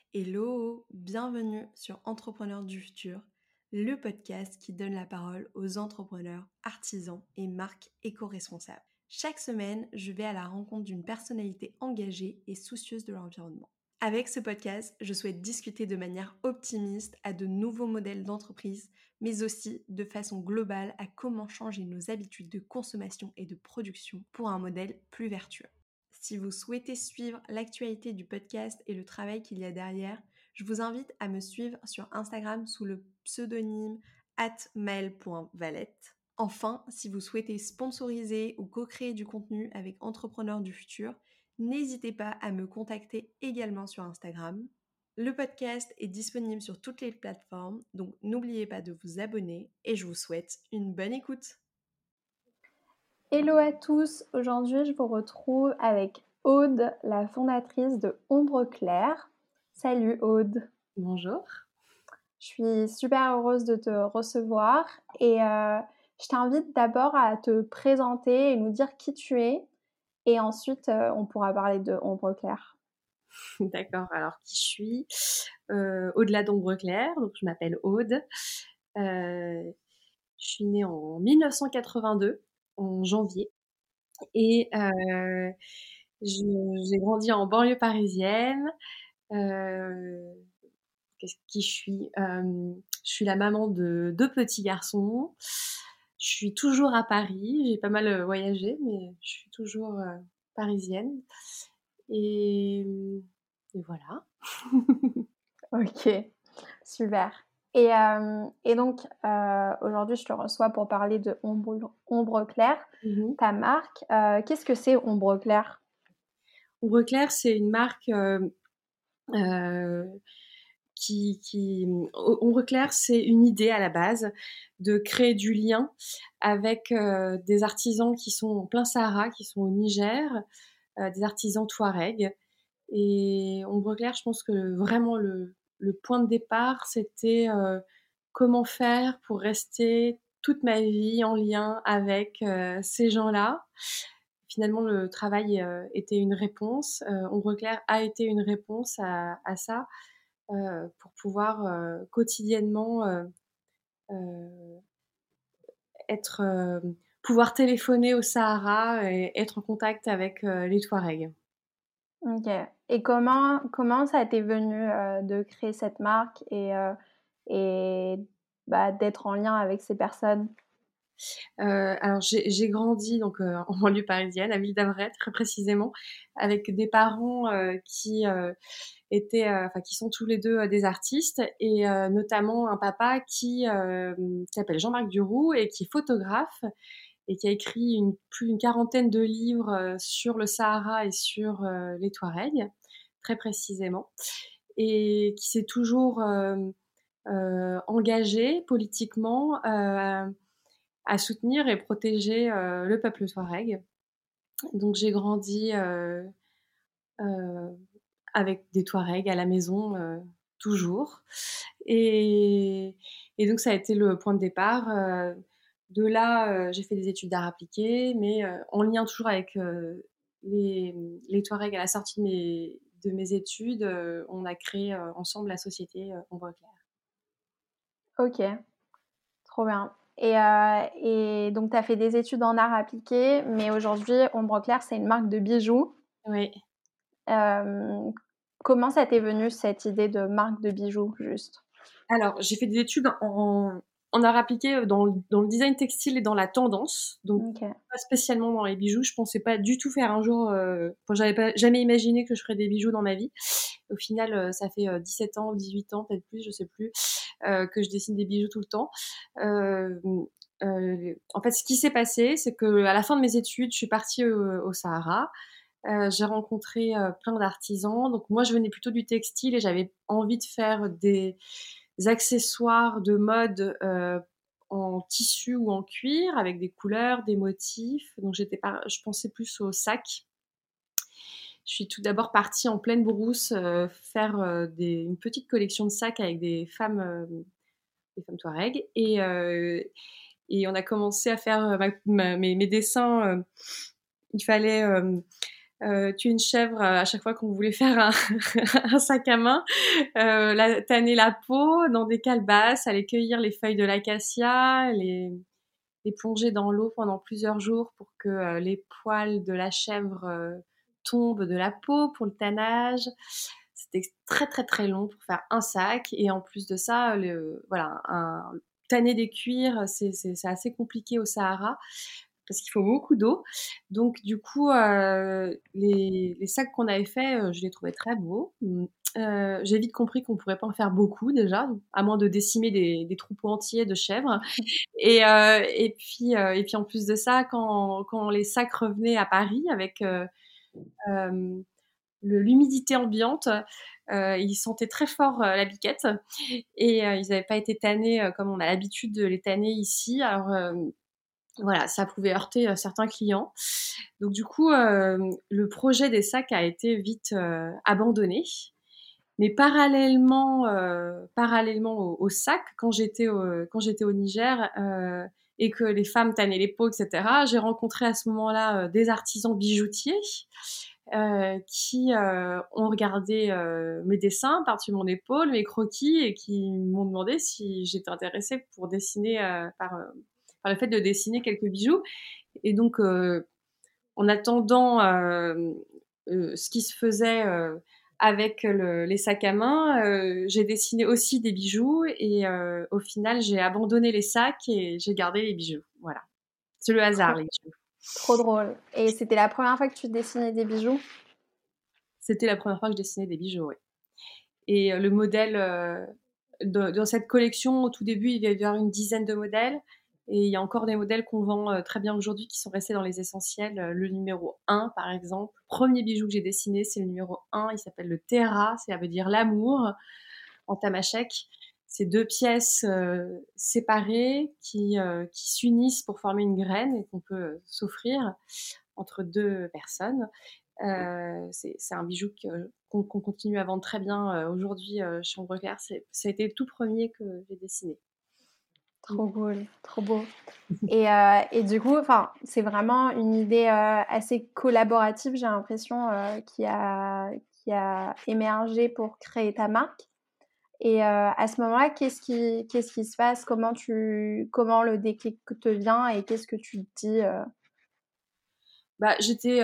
Hello, bienvenue sur Entrepreneurs du futur, le podcast qui donne la parole aux entrepreneurs, artisans et marques éco-responsables. Chaque semaine, je vais à la rencontre d'une personnalité engagée et soucieuse de l'environnement. Avec ce podcast, je souhaite discuter de manière optimiste à de nouveaux modèles d'entreprise, mais aussi de façon globale à comment changer nos habitudes de consommation et de production pour un modèle plus vertueux. Si vous souhaitez suivre l'actualité du podcast et le travail qu'il y a derrière, je vous invite à me suivre sur Instagram sous le pseudonyme @mael.valette. Enfin, si vous souhaitez sponsoriser ou co-créer du contenu avec Entrepreneurs du futur, n'hésitez pas à me contacter également sur Instagram. Le podcast est disponible sur toutes les plateformes, donc n'oubliez pas de vous abonner et je vous souhaite une bonne écoute. Hello à tous, aujourd'hui je vous retrouve avec Aude, la fondatrice de Ombre Claire. Salut Aude. Bonjour. Je suis super heureuse de te recevoir et je t'invite d'abord à te présenter et nous dire qui tu es et ensuite on pourra parler de Ombre Claire. D'accord, alors qui je suis au-delà d'Ombre Claire, donc je m'appelle Aude. Je suis née en 1982, en janvier, et j'ai grandi en banlieue parisienne. Qui je suis Je suis la maman de 2 petits garçons. Je suis toujours à Paris. J'ai pas mal voyagé, mais je suis toujours parisienne. Et, et voilà. Ok, super. Et donc aujourd'hui je te reçois pour parler de Ombre Claire, Mhm. ta marque. Qu'est-ce que c'est Ombre Claire ? Ombre Claire, c'est une marque euh, Ombre Claire, c'est une idée à la base de créer du lien avec des artisans qui sont en plein Sahara, qui sont au Niger, des artisans touaregs. Et Ombre Claire, je pense que vraiment le point de départ, c'était comment faire pour rester toute ma vie en lien avec ces gens-là. Finalement, le travail était une réponse. Ombre Claire a été une réponse à ça pour pouvoir quotidiennement euh, être, pouvoir téléphoner au Sahara et être en contact avec les Touaregs. OK. Et comment ça t'est venu, de créer cette marque et d'être en lien avec ces personnes? Alors j'ai grandi donc en banlieue parisienne, à Ville d'Avray très précisément, avec des parents qui étaient, enfin qui sont tous les deux des artistes et notamment un papa qui s'appelle Jean-Marc Duroux et qui est photographe et qui a écrit plus d'une quarantaine de livres sur le Sahara et sur les Touaregs, très précisément, et qui s'est toujours engagé politiquement à soutenir et protéger le peuple touareg. Donc j'ai grandi euh, avec des Touaregs à la maison, toujours. Et, et donc ça a été le point de départ. De là, j'ai fait des études d'art appliqué, mais en lien toujours avec les Touaregs à la sortie de mes études, on a créé ensemble la société Ombre Claire. OK, trop bien. Et donc tu as fait des études en art appliqué, mais aujourd'hui, Ombre Claire, c'est une marque de bijoux. Oui. Hem, Comment ça t'est venu cette idée de marque de bijoux, juste? Alors, j'ai fait des études en art appliqué dans le design textile et dans la tendance, donc OK. pas spécialement dans les bijoux. Je pensais pas du tout faire un jour, enfin, j'avais pas jamais imaginé que je ferais des bijoux dans ma vie. Au final, ça fait 17 ans, 18 ans, peut-être plus, je sais plus, que je dessine des bijoux tout le temps. Euh, En fait, ce qui s'est passé, c'est que à la fin de mes études, je suis partie au Sahara. J'ai rencontré plein d'artisans. Donc moi, je venais plutôt du textile et j'avais envie de faire des accessoires de mode en tissu ou en cuir avec des couleurs, des motifs. Donc je pensais plus aux sacs. Je suis tout d'abord partie en pleine brousse faire une petite collection de sacs avec des femmes touareg. Et on a commencé à faire mes dessins. Il fallait tuer une chèvre à chaque fois qu'on voulait faire un sac à main, tanner la peau dans des calebasses, aller cueillir les feuilles de l'acacia, les plonger dans l'eau pendant plusieurs jours pour que les poils de la chèvre tombent de la peau pour le tannage. C'était très très très long pour faire un sac, et en plus de ça, tanner des cuirs, c'est assez compliqué au Sahara parce qu'il faut beaucoup d'eau. Donc du coup, les sacs qu'on avait faits, je les trouvais très beaux. J'ai vite compris qu'on pourrait pas en faire beaucoup déjà, à moins de décimer des troupeaux entiers de chèvres. Et puis en plus de ça, quand les sacs revenaient à Paris avec l'humidité ambiante, ils sentaient très fort la biquette, et ils n'avaient pas été tannés comme on a l'habitude de les tanner ici. Alors voilà, ça pouvait heurter certains clients. Donc du coup, le projet des sacs a été vite abandonné. Mais parallèlement au sac, quand j'étais au Niger, et que les femmes tannaient les peaux, etc., j'ai rencontré à ce moment-là des artisans bijoutiers qui ont regardé mes dessins par-dessus mon épaule, mes croquis, et qui m'ont demandé si j'étais intéressée pour dessiner par le fait de dessiner quelques bijoux. Et donc, en attendant ce qui se faisait avec les sacs à main, j'ai dessiné aussi des bijoux, et au final, j'ai abandonné les sacs et j'ai gardé les bijoux. Voilà. C'est le hasard, les bijoux. Trop drôle. Et c'était la première fois que tu dessinais des bijoux? C'était la première fois que je dessinais des bijoux, oui. Et le modèle, dans cette collection, au tout début, il y avait une dizaine de modèles. Et il y a encore des modèles qu'on vend très bien aujourd'hui qui sont restés dans les essentiels. Le numéro 1, par exemple. Le premier bijou que j'ai dessiné, c'est le numéro 1. Il s'appelle le Terra, ça veut dire l'amour en tamashek. C'est 2 pièces séparées qui s'unissent pour former une graine et qu'on peut s'offrir entre 2 personnes. C'est un bijou qu'on continue à vendre très bien aujourd'hui chez Ambregaard. Ça a été le tout premier que j'ai dessiné. Trop cool, trop beau. Et du coup, c'est vraiment une idée assez collaborative, j'ai l'impression, qui a émergé pour créer ta marque. Et à ce moment-là, qu'est-ce qui se passe? Comment le déclic te vient et qu'est-ce que tu te dis? Bah, j'étais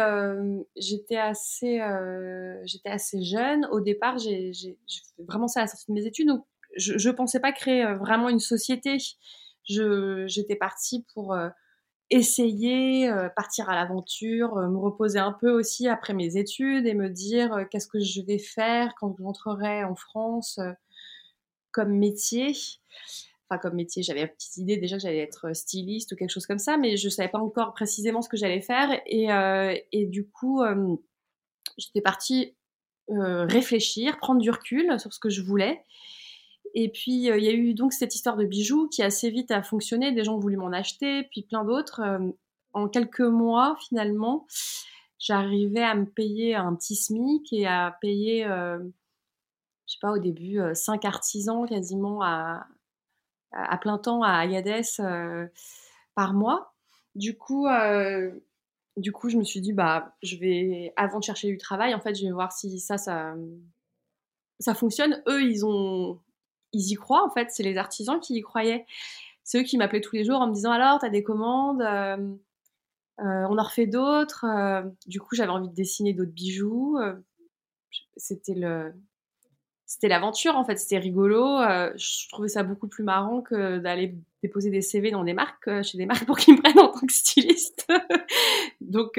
assez jeune. Au départ, j'ai fait vraiment ça à la sortie de mes études. Donc, je pensais pas créer vraiment une société. J'étais partie pour essayer, partir à l'aventure, me reposer un peu aussi après mes études et me dire qu'est-ce que je vais faire quand j'entrerai en France comme métier. Enfin, comme métier, j'avais une petite idée déjà que j'allais être styliste ou quelque chose comme ça, mais je savais pas encore précisément ce que j'allais faire. Et du coup, j'étais partie réfléchir, prendre du recul sur ce que je voulais. Et puis, il y a eu donc cette histoire de bijoux qui assez vite a fonctionné. Des gens ont voulu m'en acheter, puis plein d'autres. En quelques mois, finalement, j'arrivais à me payer un petit SMIC et à payer, je sais pas, au début, 5 artisans quasiment à plein temps à Agadez par mois. Du coup, je me suis dit, bah, avant de chercher du travail, en fait, je vais voir si ça fonctionne. Eux, ils y croient, en fait. C'est les artisans qui y croyaient. C'est eux qui m'appelaient tous les jours en me disant, alors, t'as des commandes, on en refait d'autres. Du coup, j'avais envie de dessiner d'autres bijoux. C'était l'aventure, en fait. C'était rigolo. Je trouvais ça beaucoup plus marrant que d'aller déposer des CV dans des marques, chez des marques pour qu'ils me prennent en tant que styliste. Donc,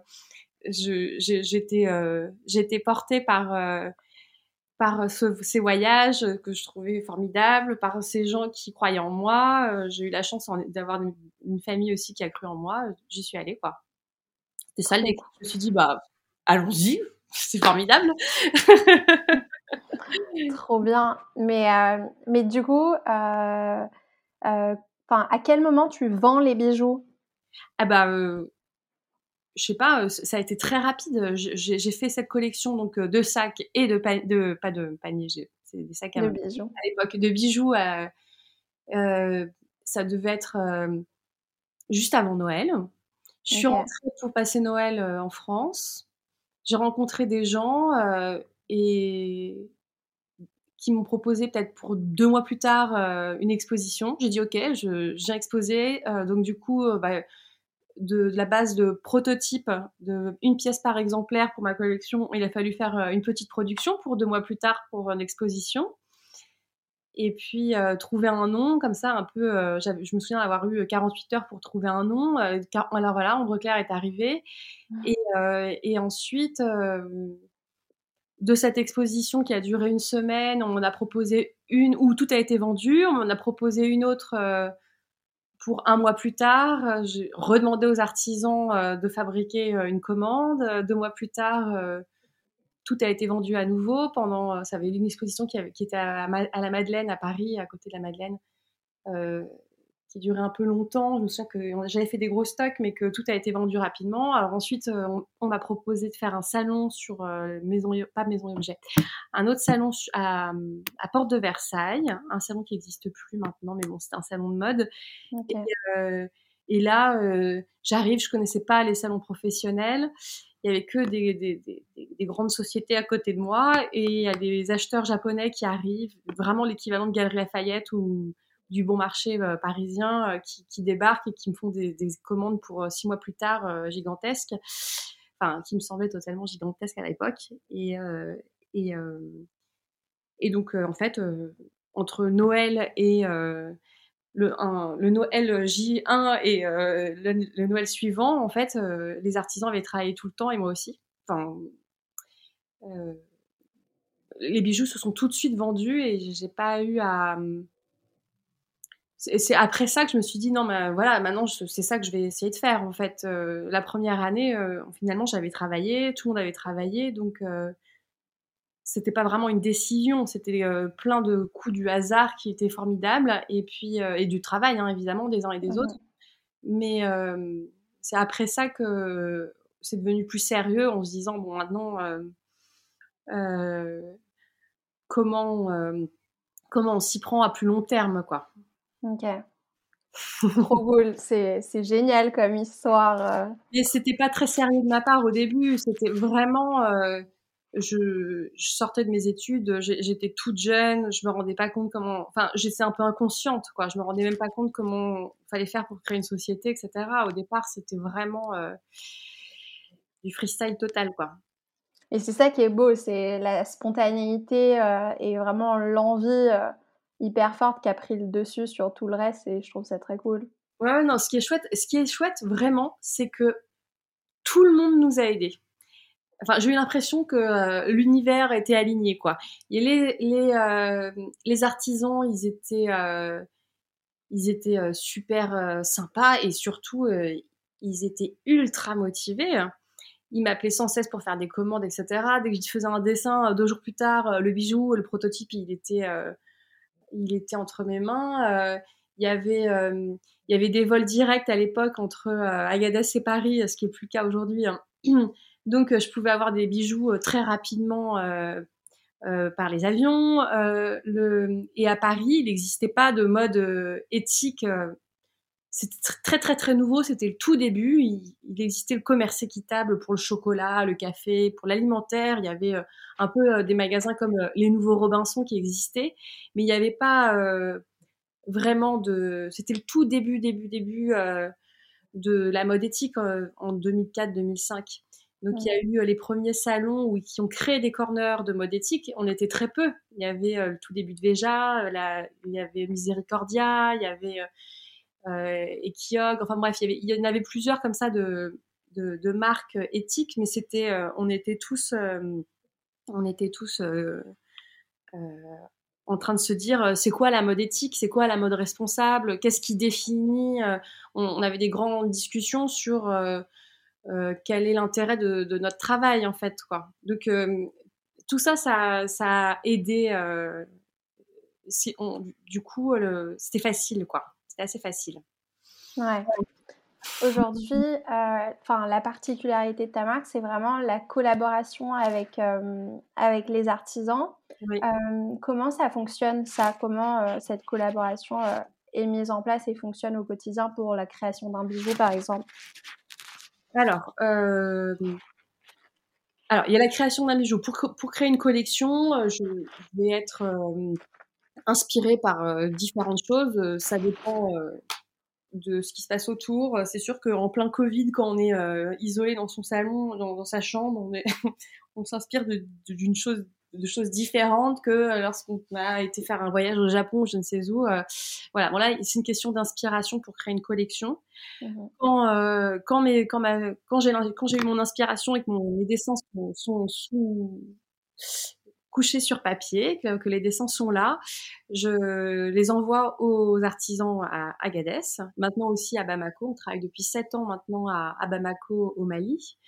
j'étais portée par ces voyages que je trouvais formidables, par ces gens qui croyaient en moi. J'ai eu la chance d'avoir une famille aussi qui a cru en moi. J'y suis allée, quoi. C'était ça le déclic. Je me suis dit, bah, allons-y, c'est formidable. Trop bien. Mais du coup, à quel moment tu vends les bijoux? Ah bah, je sais pas, ça a été très rapide. J'ai fait cette collection donc de sacs et pas de paniers, c'est des sacs De à bijoux. l'époque, de bijoux. Ça devait être juste avant Noël. Je suis OK. rentrée pour passer Noël en France. j'ai rencontré des gens et qui m'ont proposé peut-être pour 2 mois plus tard, une exposition. J'ai dit: «OK, je viens exposer». Donc du coup, de la base de prototype de 1 pièce par exemplaire pour ma collection, il a fallu faire, une petite production pour 2 mois plus tard pour l'exposition et puis, trouver un nom comme ça un peu, je me souviens avoir eu 48 heures pour trouver un nom, car alors voilà, Ombre Claire est arrivé et ensuite, de cette exposition qui a duré 1 semaine, on m'en a proposé une où tout a été vendu, on m'en a proposé une autre, pour 1 mois plus tard. J'ai redemandé aux artisans, de fabriquer, une commande. 2 mois plus tard, tout a été vendu à nouveau pendant, ça avait une exposition qui était à la Madeleine à Paris, à côté de la Madeleine, heu, qui durait un peu longtemps. Je me souviens que j'avais fait des gros stocks, mais que tout a été vendu rapidement. Alors ensuite, on m'a proposé de faire un salon sur, pas Maison et Objets, un autre salon à Porte de Versailles, un salon qui n'existe plus maintenant, mais bon, c'était un salon de mode. Et, OK. et là, j'arrive, je connaissais pas les salons professionnels. Il y avait que des grandes sociétés à côté de moi et il y a des acheteurs japonais qui arrivent, vraiment l'équivalent de Galeries Lafayette ou du Bon Marché parisien, qui débarquent et qui me font des commandes pour 6 mois plus tard, gigantesques, enfin qui me semblaient totalement gigantesques à l'époque. Et, et donc en fait, entre Noël et le Noël J1 et le Noël suivant, en fait, les artisans avaient travaillé tout le temps et moi aussi. Enfin, euh, les bijoux se sont tout de suite vendus et j'ai pas eu à. C'est après ça que je me suis dit non, mais voilà, maintenant c'est ça que je vais essayer de faire. En fait, la première année, finalement, j'avais travaillé, tout le monde avait travaillé, donc c'était pas vraiment une décision, c'était plein de coups du hasard qui étaient formidables et puis et du travail, hein, évidemment, des uns et des autres. Mmh. Mais c'est après ça que c'est devenu plus sérieux en se disant bon maintenant euh, comment comment on s'y prend à plus long terme quoi. OK. Trop cool, c'est génial comme histoire. Mais c'était pas très sérieux de ma part au début, c'était vraiment je sortais de mes études, j'étais toute jeune, je me rendais pas compte comment, enfin j'étais un peu inconsciente quoi, je me rendais même pas compte comment fallait faire pour créer une société, etc. Au départ c'était vraiment du freestyle total quoi. Et c'est ça qui est beau, c'est la spontanéité, et vraiment l'envie, hyper forte qui a pris le dessus sur tout le reste et je trouve ça très cool. Ouais, ouais, non, ce qui est chouette vraiment, c'est que tout le monde nous a aidés. Enfin, j'ai eu l'impression que l'univers était aligné, quoi. Et les artisans, ils étaient super sympas et surtout, ils étaient ultra motivés. Ils m'appelaient sans cesse pour faire des commandes, etc. Dès que je faisais un dessin, 2 jours plus tard, le bijou, le prototype, il était entre mes mains. Il y avait, il y avait des vols directs à l'époque entre Agadez et Paris, ce qui est plus le cas aujourd'hui, hein. Donc, je pouvais avoir des bijoux très rapidement par les avions. Et à Paris, il n'existait pas de mode éthique. C'était très très très nouveau, c'était le tout début. Il existait le commerce équitable pour le chocolat, le café, pour l'alimentaire. Il y avait un peu des magasins comme les Nouveaux Robinson qui existaient, mais il n'y avait pas vraiment de. C'était le tout début de la mode éthique en 2004-2005. Donc il y Mmh. a eu les premiers salons qui ont créé des corners de mode éthique. On était très peu. Il y avait le tout début de Veja, il y avait Misericordia, il y avait Ekiog. Enfin bref, il y en avait plusieurs comme ça de marques éthiques, mais c'était, on était tous euh, en train de se dire c'est quoi la mode éthique, c'est quoi la mode responsable, qu'est-ce qui définit. On avait des grandes discussions sur quel est l'intérêt de notre travail en fait quoi. Donc tout ça, ça a aidé. Du coup, c'était facile quoi. C'était assez facile. Ouais. Aujourd'hui, enfin la particularité de ta marque, c'est vraiment la collaboration avec les artisans. Oui. Comment ça fonctionne ça? Comment, cette collaboration, est mise en place et fonctionne au quotidien pour la création d'un bijou, par exemple? Alors, Alors, il y a la création d'un bijou. Pour créer une collection, je vais être inspirée par différentes choses. Ça dépend de ce qui se passe autour. C'est sûr qu'en plein Covid, quand on est isolé dans son salon, dans sa chambre, on s'inspire de choses différentes que lorsqu'on a été faire un voyage au Japon, je ne sais où. Voilà, bon là, c'est une question d'inspiration pour créer une collection. Quand j'ai eu mon inspiration et que mes dessins sont couchés sur papier, que les dessins sont là, je les envoie aux artisans à Agadez, maintenant aussi à Bamako. On travaille depuis 7 ans maintenant à Bamako, au Mali.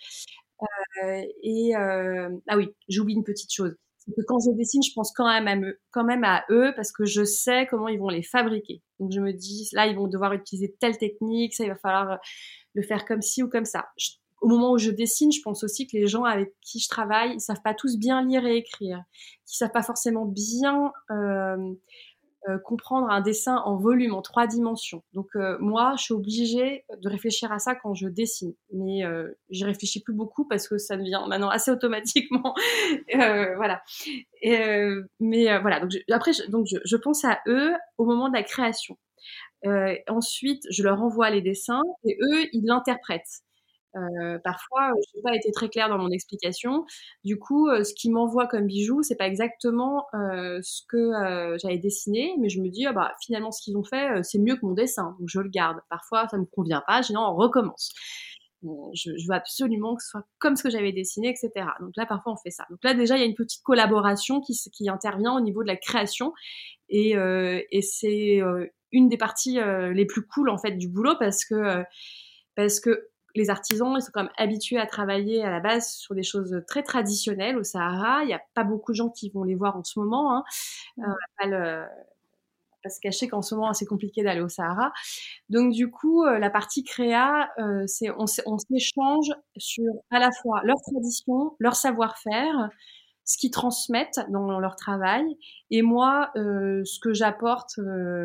Ah oui, j'oublie une petite chose. C'est que quand je dessine, je pense quand même à eux parce que je sais comment ils vont les fabriquer. Donc je me dis, là, ils vont devoir utiliser telle technique, ça, il va falloir le faire comme ci ou comme ça. Au moment où je dessine, je pense aussi que les gens avec qui je travaille, ils savent pas tous bien lire et écrire, qu'ils savent pas forcément bien comprendre un dessin en volume, en 3 dimensions. Donc moi, je suis obligée de réfléchir à ça quand je dessine. Mais j'y réfléchis plus beaucoup parce que ça devient maintenant assez automatiquement. Voilà. Voilà. Donc je pense à eux au moment de la création. Ensuite, je leur envoie les dessins et eux, ils l'interprètent. Parfois, j'ai pas été très claire dans mon explication. Du coup, ce qu'ils m'envoient comme bijoux, c'est pas exactement ce que j'avais dessiné, mais je me dis, ah bah finalement, ce qu'ils ont fait, c'est mieux que mon dessin, donc je le garde. Parfois, ça me convient pas, je dis non, on recommence. Bon, je veux absolument que ce soit comme ce que j'avais dessiné, etc. Donc là, parfois, on fait ça. Donc là, déjà, il y a une petite collaboration qui intervient au niveau de la création, et c'est une des parties les plus cool en fait du boulot parce que les artisans, ils sont quand même habitués à travailler à la base sur des choses très traditionnelles au Sahara. Il n'y a pas beaucoup de gens qui vont les voir en ce moment. Hein. On va pas se cacher qu'en ce moment, c'est compliqué d'aller au Sahara. Donc, du coup, la partie créa, on s'échange sur à la fois leur tradition, leur savoir-faire, ce qu'ils transmettent dans leur travail, et moi, ce que j'apporte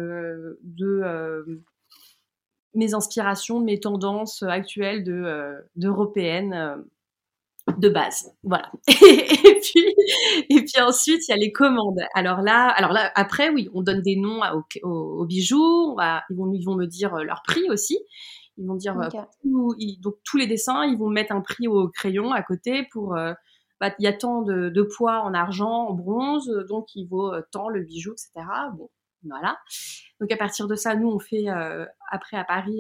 mes inspirations, mes tendances actuelles d'européennes de base. Voilà. Et puis ensuite, il y a les commandes. Alors là, après, oui, on donne des noms aux bijoux. Ils vont me dire leur prix aussi. Ils vont dire donc tous les dessins, ils vont mettre un prix au crayon à côté pour il y a tant de poids en argent, en bronze, donc il vaut tant le bijou, etc. Bon, voilà. Donc à partir de ça, nous on fait après à Paris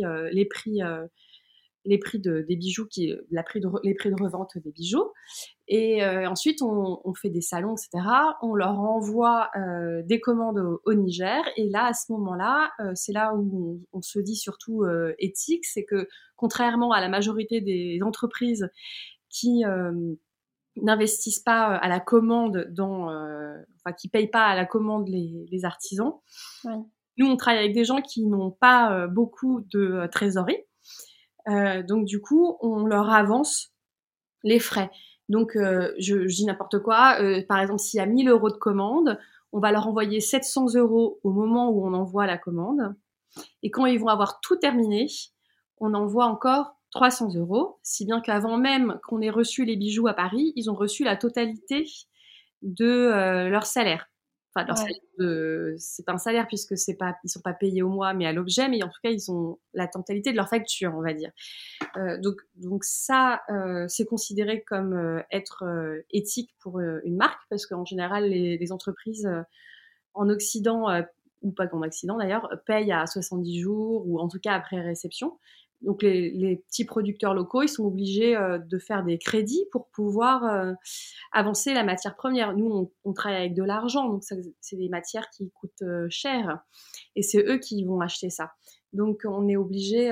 les prix des bijoux, les prix de revente des bijoux. Et ensuite, on fait des salons, etc. On leur envoie des commandes au Niger. Et là, à ce moment-là, c'est là où on se dit surtout éthique, c'est que contrairement à la majorité des entreprises qui n'investissent pas à la commande qui payent pas à la commande les artisans. Oui. Nous, on travaille avec des gens qui n'ont pas beaucoup de trésorerie. Donc du coup, on leur avance les frais. Donc je dis n'importe quoi. Par exemple, s'il y a 1 000 € de commande, on va leur envoyer 700 € au moment où on envoie la commande. Et quand ils vont avoir tout terminé, on envoie encore 300 €, si bien qu'avant même qu'on ait reçu les bijoux à Paris, ils ont reçu la totalité de leur salaire. Enfin, leur salaire c'est pas un salaire puisque ils sont pas payés au mois, mais à l'objet, mais en tout cas, ils ont la totalité de leur facture, on va dire. Donc ça, c'est considéré comme être éthique pour une marque, parce qu'en général, les entreprises en Occident, ou pas qu'en Occident d'ailleurs, payent à 70 jours, ou en tout cas après réception. Donc les petits producteurs locaux, ils sont obligés de faire des crédits pour pouvoir avancer la matière première. Nous, on travaille avec de l'argent, donc c'est des matières qui coûtent cher, et c'est eux qui vont acheter ça. Donc on est obligé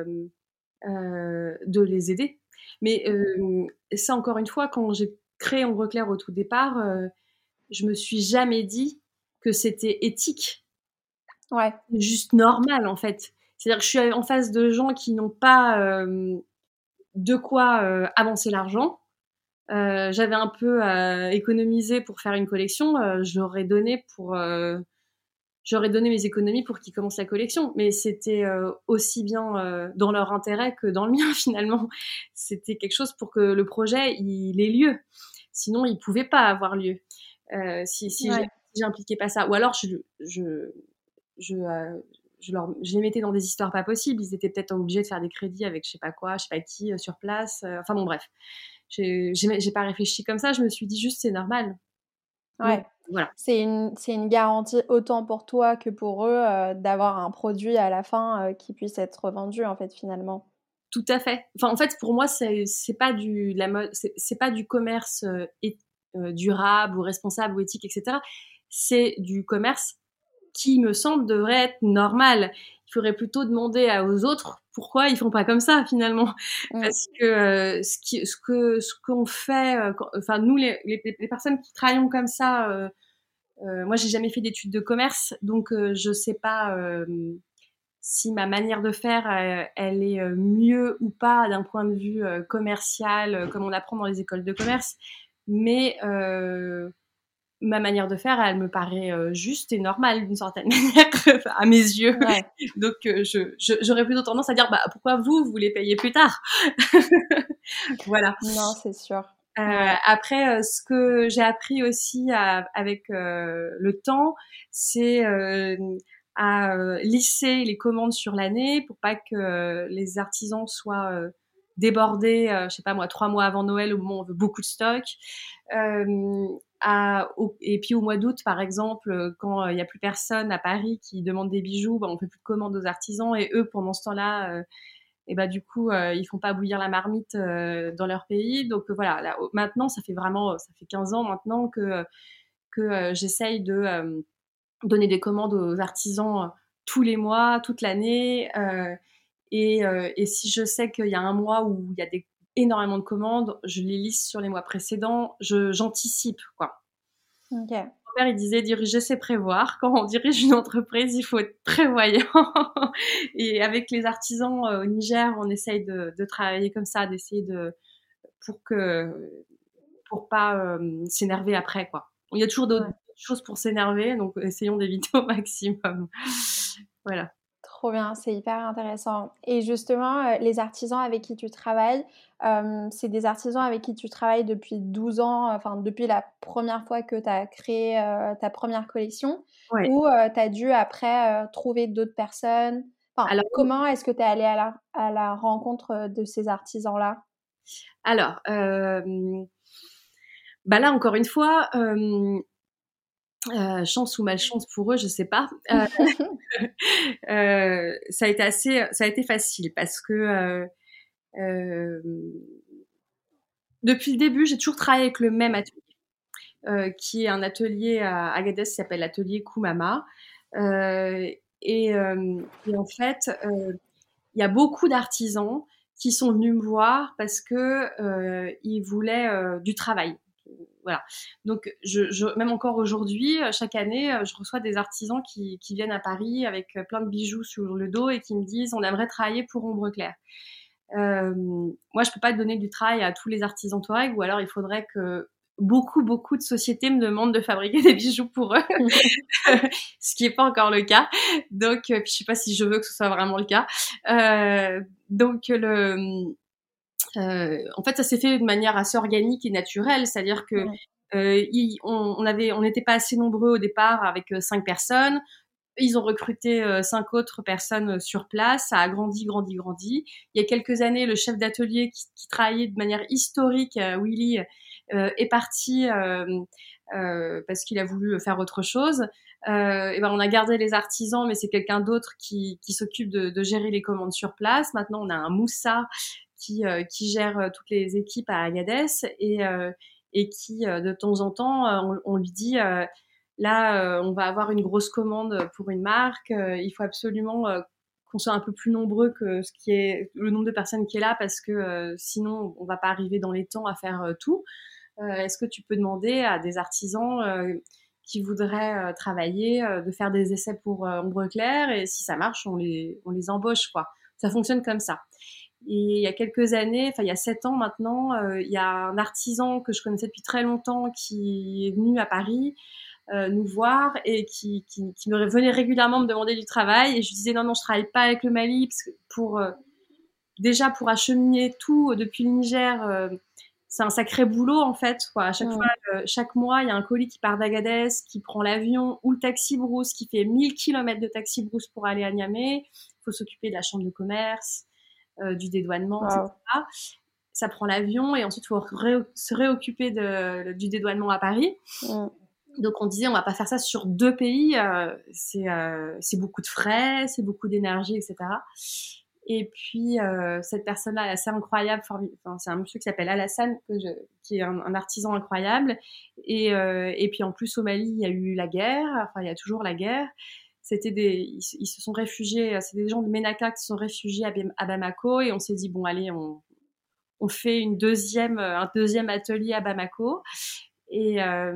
de les aider. Mais ça, encore une fois, quand j'ai créé Ombre Claire au tout départ, je me suis jamais dit que c'était éthique. Ouais. C'est juste normal, en fait. C'est-à-dire que je suis en face de gens qui n'ont pas de quoi avancer l'argent. J'avais un peu économisé pour faire une collection, je l'aurais donné pour j'aurais donné mes économies pour qu'ils commencent la collection. Mais c'était aussi bien dans leur intérêt que dans le mien, finalement. C'était quelque chose pour que le projet, il ait lieu. Sinon, il pouvait pas avoir lieu. Si j'impliquais pas ça. Ou alors, je les mettais dans des histoires pas possibles. Ils étaient peut-être obligés de faire des crédits avec je sais pas quoi, je sais pas qui, sur place. Enfin bon, bref. J'ai pas réfléchi comme ça. Je me suis dit juste, c'est normal. Donc, Ouais. voilà. C'est une garantie autant pour toi que pour eux, d'avoir un produit à la fin, qui puisse être vendu, en fait, finalement. Tout à fait. Enfin, en fait, pour moi, c'est pas de la mode, c'est pas du commerce durable ou responsable ou éthique, etc. C'est du commerce qui me semble devrait être normal. Il faudrait plutôt demander aux autres pourquoi ils font pas comme ça finalement, parce que ce qu'on fait, enfin nous les personnes qui travaillons comme ça, moi j'ai jamais fait d'études de commerce, donc je sais pas si ma manière de faire, elle est mieux ou pas d'un point de vue commercial, comme on apprend dans les écoles de commerce, mais ma manière de faire, elle me paraît juste et normale d'une certaine manière à mes yeux. Ouais. Donc j'aurais plutôt tendance à dire bah pourquoi vous les payez plus tard. Voilà. Non, c'est sûr. Ouais. Après, ce que j'ai appris aussi avec le temps, c'est à lisser les commandes sur l'année pour pas que les artisans soient débordés, je sais pas moi, 3 mois avant Noël au moment où on veut beaucoup de stock. Et puis au mois d'août, par exemple, quand il y a plus personne à Paris qui demande des bijoux, bah, on fait plus de commandes aux artisans et eux, pendant ce temps-là, et bah du coup ils font pas bouillir la marmite dans leur pays. Donc voilà, là, maintenant ça fait 15 ans maintenant que j'essaye de donner des commandes aux artisans tous les mois, toute l'année, et si je sais qu'il y a un mois où il y a énormément de commandes, je les liste sur les mois précédents, j'anticipe quoi. OK. Mon père, il disait diriger, c'est prévoir. Quand on dirige une entreprise, il faut être prévoyant. Et avec les artisans au Niger, on essaye de travailler comme ça, d'essayer pour pas s'énerver après, quoi. Il y a toujours d'autres choses pour s'énerver, donc essayons d'éviter au maximum. Voilà. Trop bien, c'est hyper intéressant et justement, les artisans avec qui tu travailles, c'est des artisans avec qui tu travailles depuis 12 ans, enfin depuis la première fois que tu as créé, ta première collection? Ouais. Ou, tu as dû après, trouver d'autres personnes? Enfin, Alors, comment est-ce que tu es allée à la rencontre, de ces artisans-là? alors, bah là encore une fois, chance ou malchance pour eux, je sais pas. Ça a été facile parce que depuis le début, j'ai toujours travaillé avec le même atelier, qui est un atelier à Agadez qui s'appelle l'atelier Koumama. Euh, et en fait, il y a beaucoup d'artisans qui sont venus me voir parce que ils voulaient du travail. Voilà. Donc, même encore aujourd'hui, chaque année, je reçois des artisans qui viennent à Paris avec plein de bijoux sur le dos et qui me disent on aimerait travailler pour Ombre Claire. Moi, je peux pas donner du travail à tous les artisans Touareg, ou alors il faudrait que beaucoup de sociétés me demandent de fabriquer des bijoux pour eux, ce qui est pas encore le cas. Donc, puis je sais pas si je veux que ce soit vraiment le cas. Donc en fait, ça s'est fait de manière assez organique et naturelle, c'est-à-dire que on n'était pas assez nombreux au départ avec 5 personnes. Ils ont recruté 5 autres personnes sur place. Ça a grandi. Il y a quelques années, le chef d'atelier qui travaillait de manière historique, Willy, est parti parce qu'il a voulu faire autre chose. Et ben on a gardé les artisans, mais c'est quelqu'un d'autre qui s'occupe de gérer les commandes sur place. Maintenant, on a un Moussa qui gère toutes les équipes à Agadez et qui, de temps en temps, on lui dit là, on va avoir une grosse commande pour une marque. Il faut absolument qu'on soit un peu plus nombreux que ce qui est le nombre de personnes qui est là parce que sinon on va pas arriver dans les temps à faire tout. Est-ce que tu peux demander à des artisans qui voudraient travailler de faire des essais pour Ombre Claire et si ça marche, on les embauche quoi. Ça fonctionne comme ça. Et il y a quelques années, enfin il y a 7 ans maintenant, il y a un artisan que je connaissais depuis très longtemps qui est venu à Paris nous voir et qui me venait régulièrement me demander du travail. Et je disais non, je travaille pas avec le Mali parce que déjà pour acheminer tout depuis le Niger, c'est un sacré boulot en fait, quoi. À chaque fois, chaque mois, il y a un colis qui part d'Agadez, qui prend l'avion ou le taxi brousse, qui fait 1000 km de taxi brousse pour aller à Niamey. Il faut s'occuper de la chambre de commerce, du dédouanement, etc. Ça prend l'avion et ensuite il faut se réoccuper du dédouanement à Paris. Donc on disait on va pas faire ça sur 2 pays, c'est beaucoup de frais, c'est beaucoup d'énergie, etc. Et puis cette personne-là est assez incroyable, enfin, c'est un monsieur qui s'appelle Alassane, qui est un artisan incroyable. Et puis en plus au Mali il y a eu la guerre, enfin il y a toujours la guerre. Ils se sont réfugiés, c'est des gens de Ménaka qui se sont réfugiés à Bamako et on s'est dit bon allez on fait un deuxième atelier à Bamako et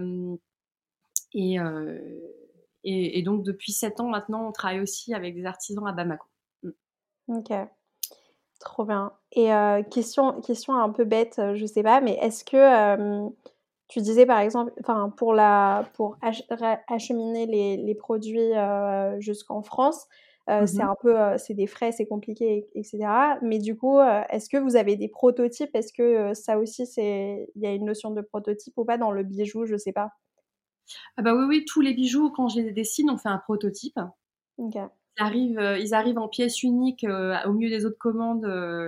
donc depuis 7 ans maintenant on travaille aussi avec des artisans à Bamako. Ok, trop bien. Et question un peu bête, je sais pas, mais est-ce que tu disais par exemple, enfin pour acheminer les produits jusqu'en France, c'est un peu c'est des frais, c'est compliqué, etc. Mais du coup, est-ce que vous avez des prototypes? Est-ce que ça aussi il y a une notion de prototype ou pas dans le bijou? Je sais pas. Ah bah oui, tous les bijoux quand je les dessine on fait un prototype. Ok. Ils arrivent en pièces uniques au milieu des autres commandes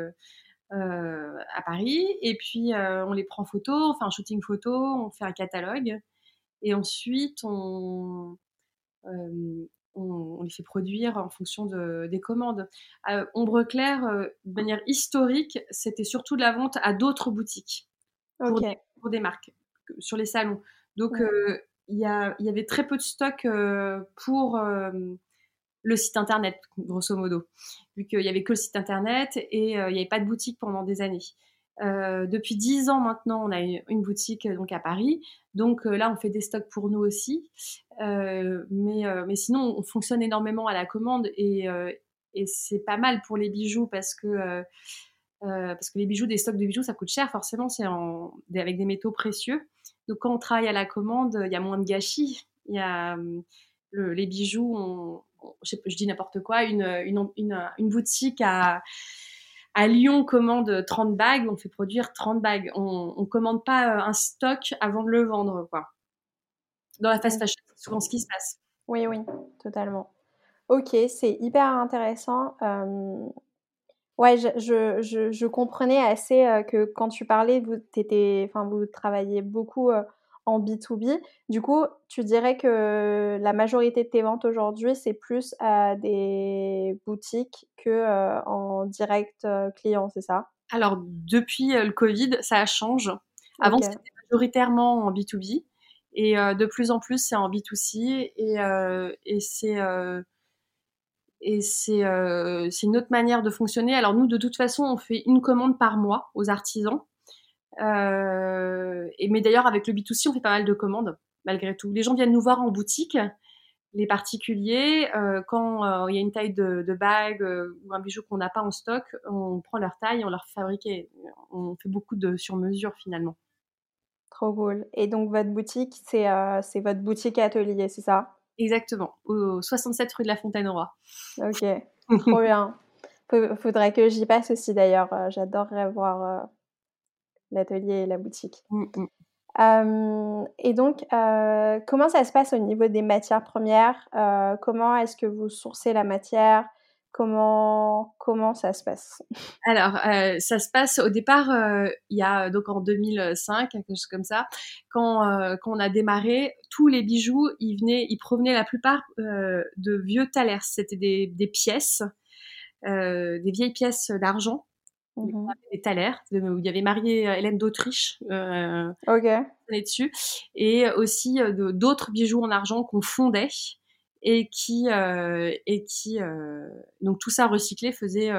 à Paris et puis on les prend photo, on fait un shooting photo, on fait un catalogue et ensuite on les fait produire en fonction des commandes. Ombre Claire, de manière historique, c'était surtout de la vente à d'autres boutiques pour des marques sur les salons. Donc il y avait très peu de stock pour le site internet, grosso modo, vu qu'il y avait que le site internet et il n'y avait pas de boutique pendant des années. Depuis 10 ans maintenant, on a une boutique donc à Paris. Donc là, on fait des stocks pour nous aussi. Mais sinon, on fonctionne énormément à la commande et c'est pas mal pour les bijoux parce que les bijoux, des stocks de bijoux, ça coûte cher. Forcément, avec des métaux précieux. Donc quand on travaille à la commande, il y a moins de gâchis. Il y a les bijoux, je dis n'importe quoi, une boutique à Lyon commande 30 bagues, on fait produire 30 bagues. On commande pas un stock avant de le vendre, quoi. Dans la fast fashion, c'est souvent ce qui se passe. Oui, totalement. Ok, c'est hyper intéressant. Ouais, je comprenais assez que quand tu parlais, vous travailliez beaucoup en B2B. Du coup, tu dirais que la majorité de tes ventes aujourd'hui, c'est plus à des boutiques que en direct client, c'est ça? Alors, depuis le Covid, ça change. Avant, c'était majoritairement en B2B et de plus en plus, c'est en B2C et c'est une autre manière de fonctionner. Alors nous, de toute façon, on fait une commande par mois aux artisans. Mais d'ailleurs, avec le B2C, on fait pas mal de commandes, malgré tout. Les gens viennent nous voir en boutique, les particuliers. Quand il y a une taille de bague ou un bijou qu'on n'a pas en stock, on prend leur taille et on leur fabrique. On fait beaucoup de sur-mesure, finalement. Trop cool. Et donc votre boutique, c'est votre boutique atelier, c'est ça? Exactement, au 67 rue de la Fontaine-au-Roi. Ok, trop bien. Faudrait que j'y passe aussi d'ailleurs. J'adorerais voir l'atelier et la boutique. Et donc, comment ça se passe au niveau des matières premières? Comment est-ce que vous sourcez la matière? Comment ça se passe? Alors, ça se passe au départ, il y a donc en 2005, quelque chose comme ça, quand on a démarré, tous les bijoux, ils provenaient la plupart de vieux thalers. C'était des pièces, des vieilles pièces d'argent, des thalers, où il y avait Marie-Hélène d'Autriche dessus, et aussi d'autres bijoux en argent qu'on fondait et qui donc tout ça recyclé faisait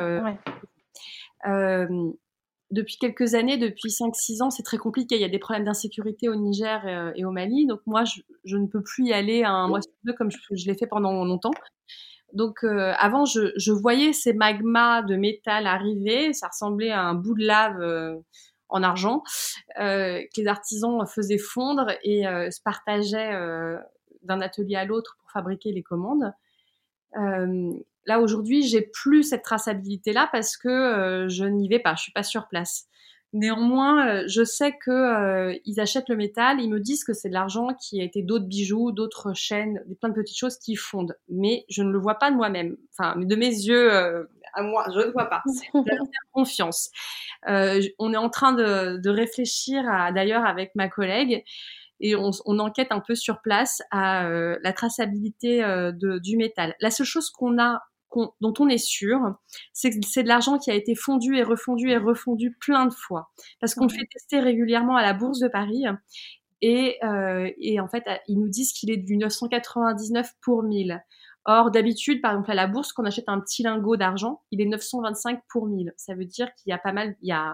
depuis quelques années, depuis 5-6 ans, c'est très compliqué. Il y a des problèmes d'insécurité au Niger et au Mali. Donc moi, je ne peux plus y aller un mois sur deux comme je l'ai fait pendant longtemps. Donc avant, je voyais ces magmas de métal arriver. Ça ressemblait à un bout de lave en argent que les artisans faisaient fondre et se partageaient d'un atelier à l'autre pour fabriquer les commandes. Là aujourd'hui, j'ai plus cette traçabilité-là parce que je n'y vais pas, je suis pas sur place. Néanmoins, je sais que ils achètent le métal, ils me disent que c'est de l'argent qui a été d'autres bijoux, d'autres chaînes, plein de petites choses qui fondent. Mais je ne le vois pas de moi-même. Enfin, de mes yeux à moi, je ne vois pas. C'est de la faire confiance. On est en train de réfléchir d'ailleurs avec ma collègue et on enquête un peu sur place à la traçabilité du métal. La seule chose dont on est sûr, c'est que c'est de l'argent qui a été fondu et refondu plein de fois. Parce qu'on le fait tester régulièrement à la Bourse de Paris. Et en fait, ils nous disent qu'il est du 999 pour 1000. Or, d'habitude, par exemple, à la Bourse, quand on achète un petit lingot d'argent, il est 925 pour 1000. Ça veut dire qu'il y a pas mal, il y a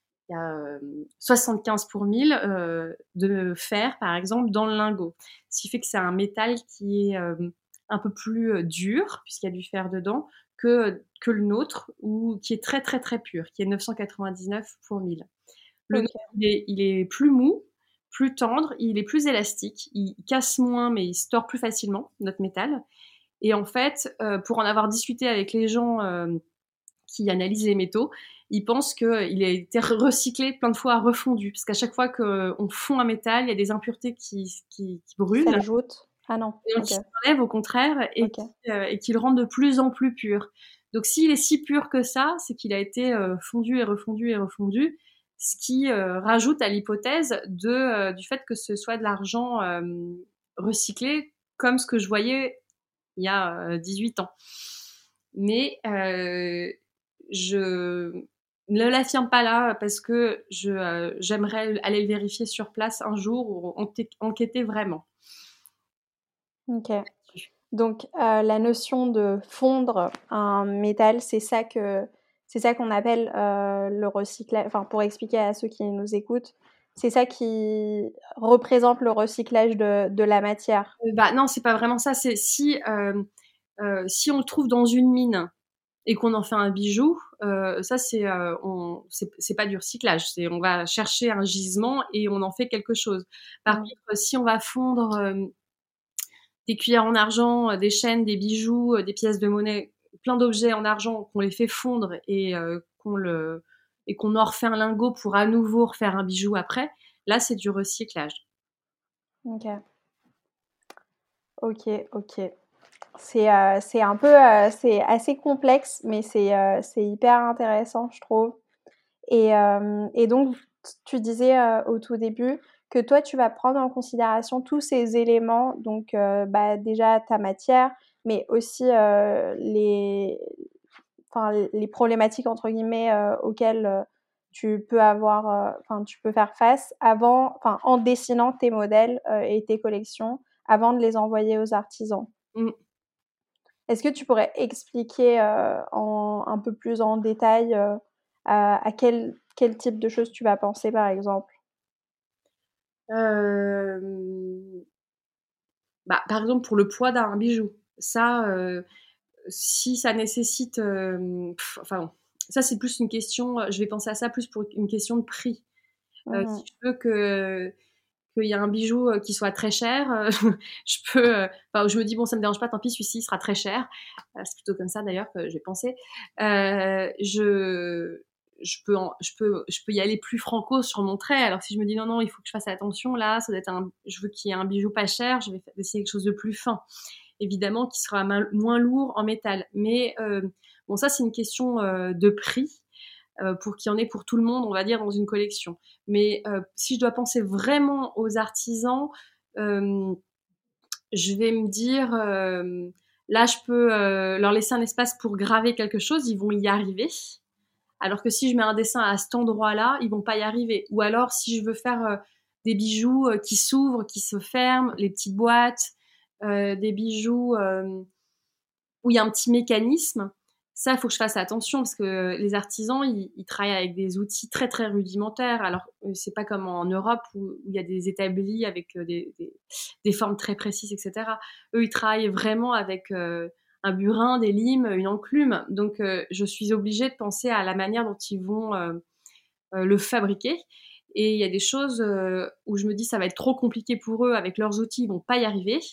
75 pour 1000 de fer, par exemple, dans le lingot. Ce qui fait que c'est un métal qui est un peu plus dur, puisqu'il y a du fer dedans, que le nôtre, ou qui est très, très, très pur, qui est 999 pour 1000. Le nôtre, il est plus mou, plus tendre, il est plus élastique, il casse moins, mais il se tord plus facilement, notre métal. Et en fait, pour en avoir discuté avec les gens qui analysent les métaux, ils pensent qu'il a été recyclé plein de fois, refondu. Parce qu'à chaque fois qu'on fond un métal, il y a des impuretés qui brûlent. S'ajoutent. Ah non. Et donc, qui s'enlèvent au contraire et qui le rendent de plus en plus pur. Donc, s'il est si pur que ça, c'est qu'il a été fondu et refondu, ce qui rajoute à l'hypothèse du fait que ce soit de l'argent recyclé, comme ce que je voyais il y a 18 ans. Mais je ne l'affirme pas là parce que j'aimerais aller le vérifier sur place un jour ou enquêter vraiment. Ok. Donc la notion de fondre un métal, c'est ça qu'on appelle le recyclage. Enfin, pour expliquer à ceux qui nous écoutent, c'est ça qui représente le recyclage de la matière. Non, c'est pas vraiment ça. C'est si on le trouve dans une mine et qu'on en fait un bijou, ça c'est pas du recyclage. On va chercher un gisement et on en fait quelque chose. Par contre, si on va fondre des cuillères en argent, des chaînes, des bijoux, des pièces de monnaie, plein d'objets en argent, qu'on les fait fondre et qu'on en refait un lingot pour à nouveau refaire un bijou après, là c'est du recyclage. Ok. C'est un peu, c'est assez complexe, mais c'est hyper intéressant, je trouve. Et donc, tu disais au tout début que toi, tu vas prendre en considération tous ces éléments, donc déjà ta matière, mais aussi les problématiques entre guillemets auxquelles tu peux faire face en dessinant tes modèles et tes collections avant de les envoyer aux artisans. Est-ce que tu pourrais expliquer un peu plus en détail à quel type de choses tu vas penser, par exemple? Par exemple, pour le poids d'un bijou, ça, si ça nécessite, ça c'est plus une question. Je vais penser à ça plus pour une question de prix. Si je veux qu'il y a un bijou qui soit très cher, je me dis bon, ça me dérange pas, tant pis, celui-ci sera très cher. C'est plutôt comme ça d'ailleurs que j'ai pensé. Je peux y aller plus franco sur mon trait. Alors si je me dis non, il faut que je fasse attention là, je veux qu'il y ait un bijou pas cher, je vais essayer quelque chose de plus fin, évidemment, qui sera moins lourd en métal. Mais bon, ça c'est une question de prix. Pour qu'il y en ait pour tout le monde, on va dire, dans une collection. Mais si je dois penser vraiment aux artisans, je vais me dire, là, je peux leur laisser un espace pour graver quelque chose, ils vont y arriver. Alors que si je mets un dessin à cet endroit-là, ils vont pas y arriver. Ou alors, si je veux faire des bijoux qui s'ouvrent, qui se ferment, les petites boîtes, des bijoux où il y a un petit mécanisme, ça, il faut que je fasse attention parce que les artisans, ils travaillent avec des outils très, très rudimentaires. Alors, c'est pas comme en Europe où il y a des établis avec des formes très précises, etc. Eux, ils travaillent vraiment avec un burin, des limes, une enclume. Donc, je suis obligée de penser à la manière dont ils vont le fabriquer. Et il y a des choses où je me dis ça va être trop compliqué pour eux avec leurs outils, ils vont pas y arriver.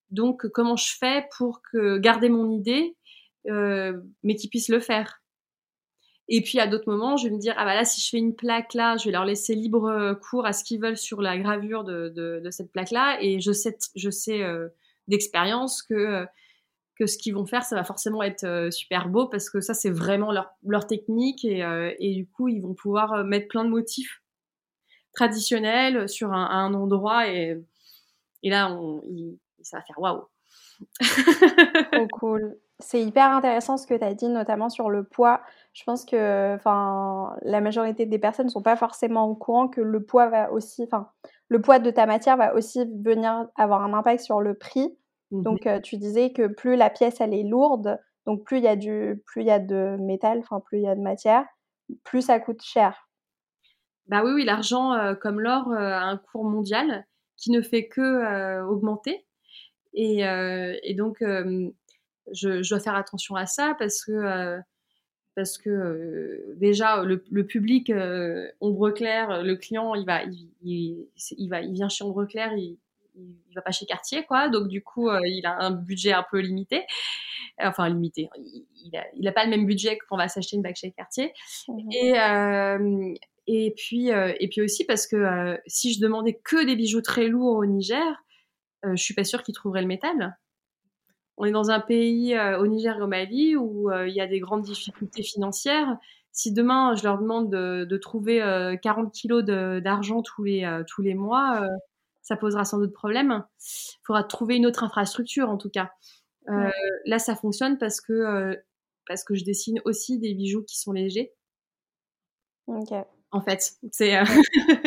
Donc, comment je fais pour garder mon idée, mais qu'ils puissent le faire? Et puis à d'autres moments, je vais me dire: «Ah bah là, si je fais une plaque là, je vais leur laisser libre, cours à ce qu'ils veulent sur la gravure de cette plaque-là» et je sais, d'expérience que ce qu'ils vont faire, ça va forcément être, super beau parce que ça, c'est vraiment leur technique et du coup, ils vont pouvoir, mettre plein de motifs traditionnels sur un endroit et là, ça va faire waouh! Trop cool. C'est hyper intéressant ce que tu as dit, notamment sur le poids. Je pense que, enfin, la majorité des personnes ne sont pas forcément au courant que le poids va aussi, enfin, le poids de ta matière va aussi venir avoir un impact sur le prix. Mmh. Donc, tu disais que plus la pièce elle est lourde, donc plus il y a de métal, enfin plus il y a de matière, plus ça coûte cher. Bah, oui, oui, l'argent, comme l'or, a un cours mondial qui ne fait que, augmenter et donc je dois faire attention à ça parce que, déjà le public, Ombre Claire, le client, il vient chez Ombre Claire, il va pas chez Cartier, quoi. Donc du coup, il a un budget un peu limité, enfin limité, il a pas le même budget que quand on va s'acheter une bague chez Cartier Mmh. et hem et puis aussi parce que, si je demandais que des bijoux très lourds au Niger, je suis pas sûre qu'ils trouveraient le métal. On est dans un pays, au Niger et au Mali où, il y a des grandes difficultés financières. Si demain je leur demande de trouver, 40 kilogrammes d'argent tous les mois, ça posera sans doute problème. Il faudra trouver une autre infrastructure en tout cas. Heu, Ouais, Là ça fonctionne parce que je dessine aussi des bijoux qui sont légers, OK. en fait. C'est, Ouais.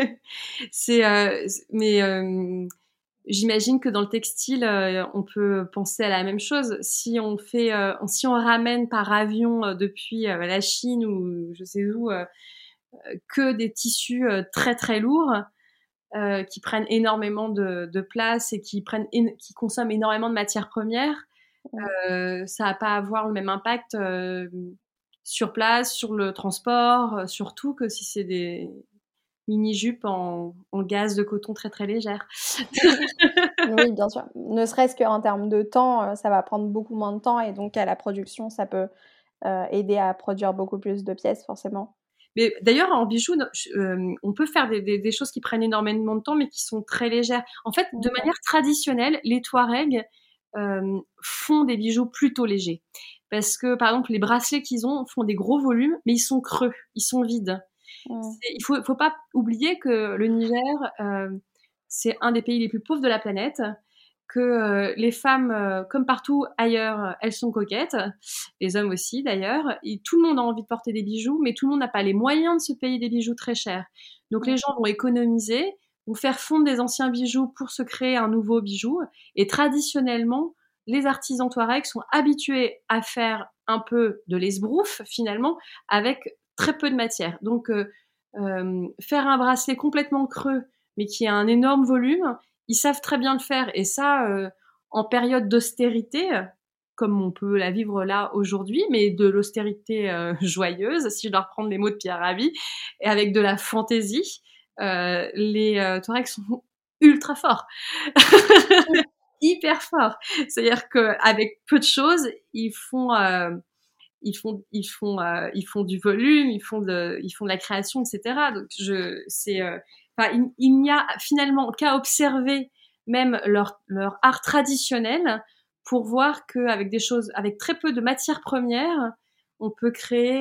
mais j'imagine que dans le textile, on peut penser à la même chose. Si on ramène par avion, depuis, la Chine ou je sais où, que des tissus, très, très lourds, qui prennent énormément de place et qui consomment énormément de matières premières, Mmh. ça va pas avoir le même impact, sur place, sur le transport, surtout que si c'est des mini-jupes en gaze de coton très, très légères. Oui, bien sûr. Ne serait-ce qu'en termes de temps, ça va prendre beaucoup moins de temps et donc à la production, ça peut, aider à produire beaucoup plus de pièces forcément. Mais d'ailleurs, en bijoux, on peut faire des choses qui prennent énormément de temps, mais qui sont très légères. En fait, de OK. manière traditionnelle, les Touaregs font des bijoux plutôt légers. Parce que, par exemple, les bracelets qu'ils ont font des gros volumes, mais ils sont creux, ils sont vides. Mmh. Faut pas oublier que le Niger, c'est un des pays les plus pauvres de la planète, que les femmes, comme partout ailleurs, elles sont coquettes, les hommes aussi d'ailleurs, et tout le monde a envie de porter des bijoux, mais tout le monde n'a pas les moyens de se payer des bijoux très chers. Donc les Mmh. gens vont économiser, vont faire fondre des anciens bijoux pour se créer un nouveau bijou, et traditionnellement, les artisans touaregs sont habitués à faire un peu de l'esbrouf finalement, avec très peu de matière. Donc faire un bracelet complètement creux, mais qui a un énorme volume, ils savent très bien le faire. Et ça, en période d'austérité, comme on peut la vivre là aujourd'hui, mais de l'austérité joyeuse, si je dois reprendre les mots de Pierre Rabhi, et avec de la fantaisie, les Touaregs sont ultra forts, hyper forts. C'est-à-dire qu'avec peu de choses, ils font du volume, ils font de la création, etc. Donc enfin, il n'y a finalement qu'à observer même leur art traditionnel pour voir qu'avec des choses, avec très peu de matières premières, on peut créer,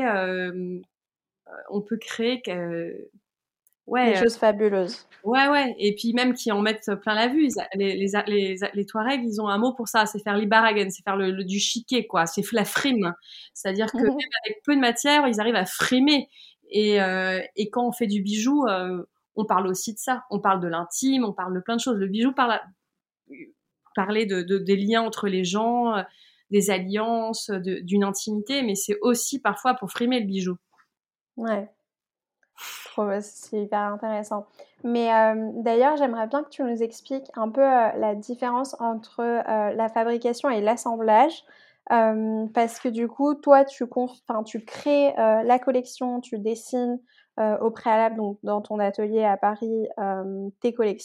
Des ouais, choses fabuleuses. ouais, ouais, et puis même qui en mettent plein la vue. Les Touaregs, ils ont un mot pour ça, c'est faire l'ibaragen, c'est faire du chiqué, quoi. C'est la frime. C'est-à-dire que même avec peu de matière, ils arrivent à frimer. Et quand on fait du bijou, on parle aussi de ça. On parle de l'intime, on parle de plein de choses. Le bijou parler des liens entre les gens, des alliances, d'une intimité, mais c'est aussi parfois pour frimer le bijou. Ouais, trop c'est hyper intéressant. Mais, d'ailleurs, j'aimerais bien que tu nous expliques un peu, la différence entre, la fabrication et l'assemblage. Parce que du coup, toi, enfin, tu crées, la collection, tu dessines, au préalable, donc dans ton atelier à Paris, tes collections.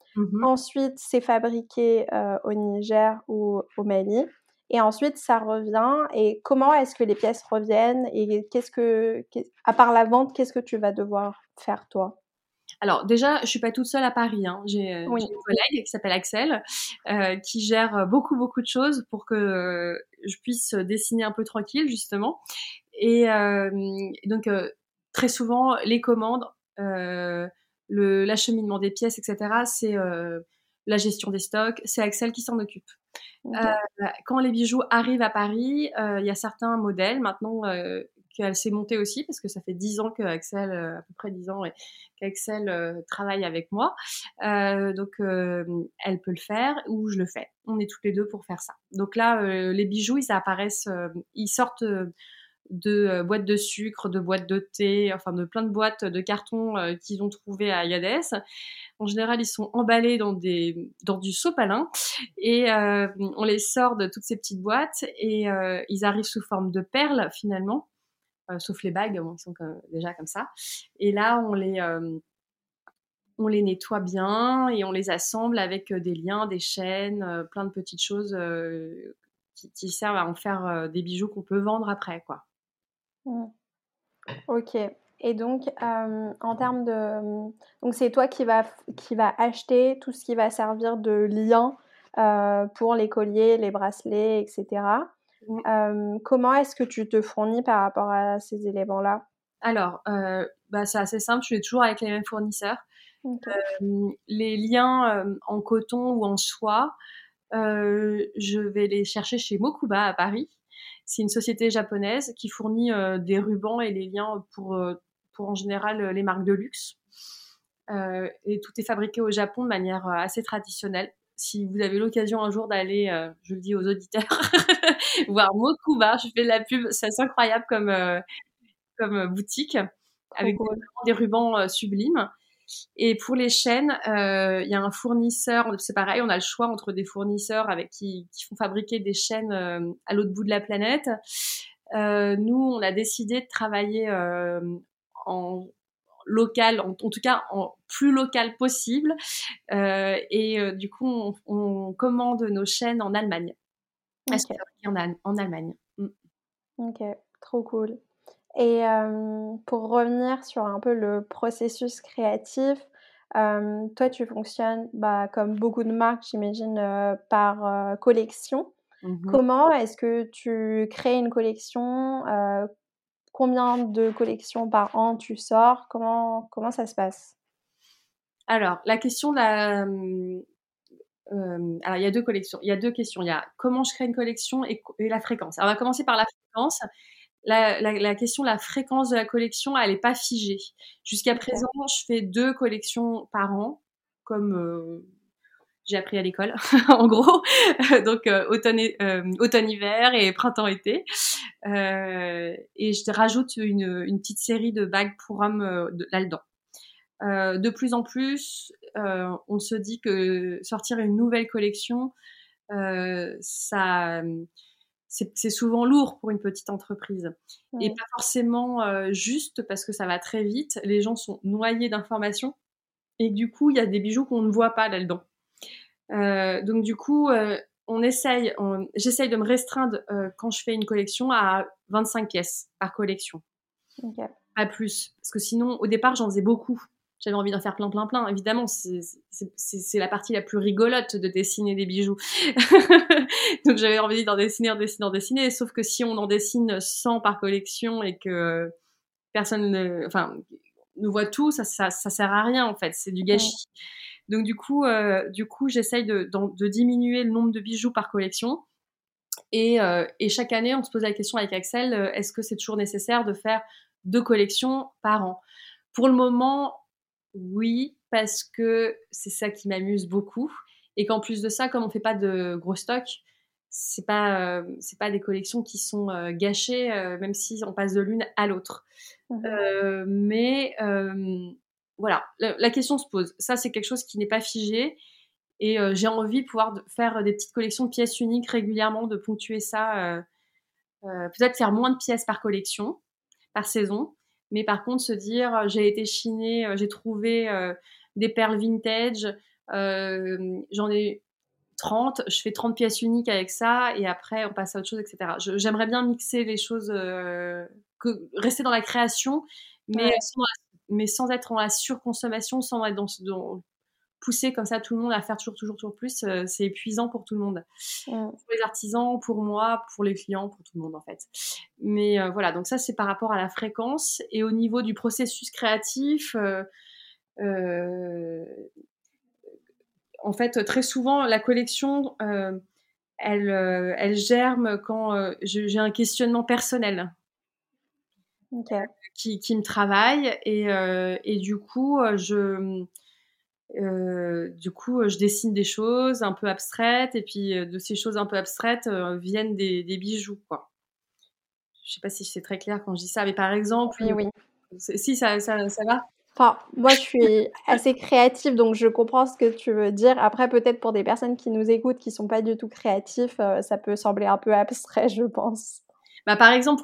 Mmh. Ensuite, c'est fabriqué, au Niger ou au Mali et ensuite ça revient et comment est-ce que les pièces reviennent et à part la vente, qu'est-ce que tu vas devoir faire toi? Alors déjà, je suis pas toute seule à Paris, hein. Oui. J'ai une collègue qui s'appelle Axel, qui gère beaucoup, beaucoup de choses pour que, je puisse dessiner un peu tranquille justement et donc très souvent les commandes, l'acheminement des pièces et cetera, c'est, la gestion des stocks, c'est Axel qui s'en occupe. OK. Quand les bijoux arrivent à Paris, il y a certains modèles maintenant qu'elle s'est montée aussi parce que ça fait 10 ans qu'Axel, à peu près 10 ans, ouais, qu'Axel travaille avec moi. Donc elle peut le faire ou je le fais. On est toutes les deux pour faire ça. Donc là, les bijoux, ils apparaissent, ils sortent de boîtes de sucre, de boîtes de thé, enfin de plein de boîtes de carton qu'ils ont trouvées à Yadès. En général, ils sont emballés dans du sopalin et on les sort de toutes ces petites boîtes et ils arrivent sous forme de perles finalement, sauf les bagues, bon, ils sont déjà comme ça. Et là, on les nettoie bien et on les assemble avec des liens, des chaînes, plein de petites choses qui servent à en faire des bijoux qu'on peut vendre après, quoi. Mmh. OK et donc, en termes de, donc c'est toi qui va acheter tout ce qui va servir de lien, pour les colliers, les bracelets et cetera. Comment est-ce que tu te fournis par rapport à ces éléments-là? Alors, bah, c'est assez simple, je suis toujours avec les mêmes fournisseurs. OK, Les liens en coton ou en soie, je vais les chercher chez Mokuba à Paris. C'est une société japonaise qui fournit des rubans et les liens pour en général les marques de luxe. Et tout est fabriqué au Japon de manière assez traditionnelle. Si vous avez l'occasion un jour d'aller, je le dis aux auditeurs, voir Mokuba, je fais de la pub, c'est assez incroyable comme boutique, trop avec cool. des rubans sublimes. Et pour les chaînes, il y a un fournisseur, c'est pareil, on a le choix entre des fournisseurs qui font fabriquer des chaînes à l'autre bout de la planète. Nous, on a décidé de travailler en local, en tout cas en plus local possible. Et du coup, on commande nos chaînes en Allemagne. Elles sont OK, fabriquées en Allemagne. Mm. OK, trop cool et pour revenir sur un peu le processus créatif, toi tu fonctionnes, bah, comme beaucoup de marques j'imagine, par, collection. Mhm. Comment est-ce que tu crées une collection? Combien de collections par an tu sors? Comment ça se passe? Alors, la question de la, alors il y a 2 collections, il y a 2 questions. Il y a comment je crée une collection et la fréquence. Alors on va commencer par la fréquence. La question de la fréquence de la collection, elle est pas figée. Jusqu'à OK. présent, je fais 2 collections par an, comme, j'ai appris à l'école, en gros. Donc automne-hiver et printemps-été. Et je te rajoute une petite série de bagues pour hommes, là-dedans. De plus en plus, on se dit que sortir une nouvelle collection, ça, c'est souvent lourd pour une petite entreprise et Mmh. pas forcément juste parce que ça va très vite. Les gens sont noyés d'informations et du coup, il y a des bijoux qu'on ne voit pas là-dedans. Donc du coup, j'essaye de me restreindre quand je fais une collection à 25 pièces par collection, OK. pas plus, parce que sinon, au départ, j'en faisais beaucoup. J'avais envie d'en faire plein, plein, plein. Évidemment, c'est la partie la plus rigolote de dessiner des bijoux. Donc j'avais envie d'en dessiner, en dessiner, en dessiner. Sauf que si on en dessine 100 par collection et que personne ne voit tout, ça sert à rien en fait. C'est du Mmh. gâchis. Donc du coup, j'essaye de diminuer le nombre de bijoux par collection. Et chaque année, on se pose la question avec Axel, est-ce que c'est toujours nécessaire de faire 2 collections par an? Pour le moment, oui, parce que c'est ça qui m'amuse beaucoup et qu'en plus de ça, comme on fait pas de gros stocks, c'est pas des collections qui sont gâchées, même si on passe de l'une à l'autre. Mmh. Mais voilà, la question se pose. Ça, c'est quelque chose qui n'est pas figé et j'ai envie de pouvoir faire des petites collections de pièces uniques régulièrement, de ponctuer ça, peut-être faire moins de pièces par collection, par saison, mais par contre se dire, j'ai été chiner, j'ai trouvé des perles vintage, J'en ai 30, je fais 30 pièces uniques avec ça et après on passe à autre chose, etc. J'aimerais bien mixer les choses, rester dans la création, mais, Ouais. sans être dans la surconsommation, sans être dans pousser comme ça tout le monde à faire toujours plus, c'est épuisant pour tout le monde. Pour les artisans, pour moi, pour les clients, pour tout le monde en fait. Mais voilà, donc ça c'est par rapport à la fréquence et au niveau du processus créatif. En fait, très souvent, la collection, elle germe quand j'ai un questionnement personnel OK. qui me travaille et du coup, je dessine des choses un peu abstraites et puis de ces choses un peu abstraites viennent des bijoux, quoi. Je sais pas si c'est très clair quand je dis ça, mais par exemple, Oui, oui. si ça va? Enfin, moi, je suis assez créative, donc je comprends ce que tu veux dire. Après, peut-être pour des personnes qui nous écoutent, qui sont pas du tout créatifs, ça peut sembler un peu abstrait, je pense. Bah, par exemple,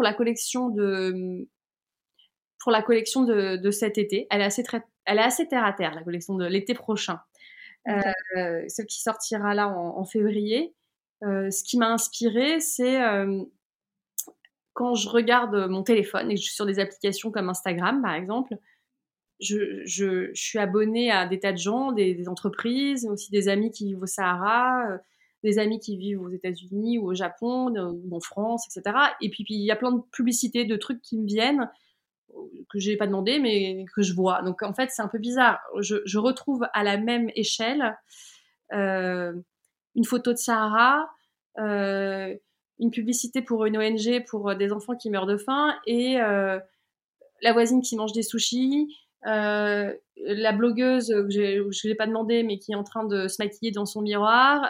pour la collection de cet été, elle est assez terre à terre, la collection de l'été prochain. OK. Celle qui sortira là en février. Ce qui m'a inspirée, c'est quand je regarde mon téléphone et que je suis sur des applications comme Instagram, par exemple, je suis abonnée à des tas de gens, des entreprises, mais aussi des amis qui vivent au Sahara, des amis qui vivent aux États-Unis ou au Japon, ou en France, etc. Et puis il y a plein de publicités, de trucs qui me viennent que j'ai pas demandé, mais que je vois. Donc en fait, c'est un peu bizarre. Je retrouve à la même échelle euh, une photo de Sahara, euh, une publicité pour une ONG pour des enfants qui meurent de faim et la voisine qui mange des sushis, la blogueuse que je l'ai pas demandé mais qui est en train de se maquiller dans son miroir,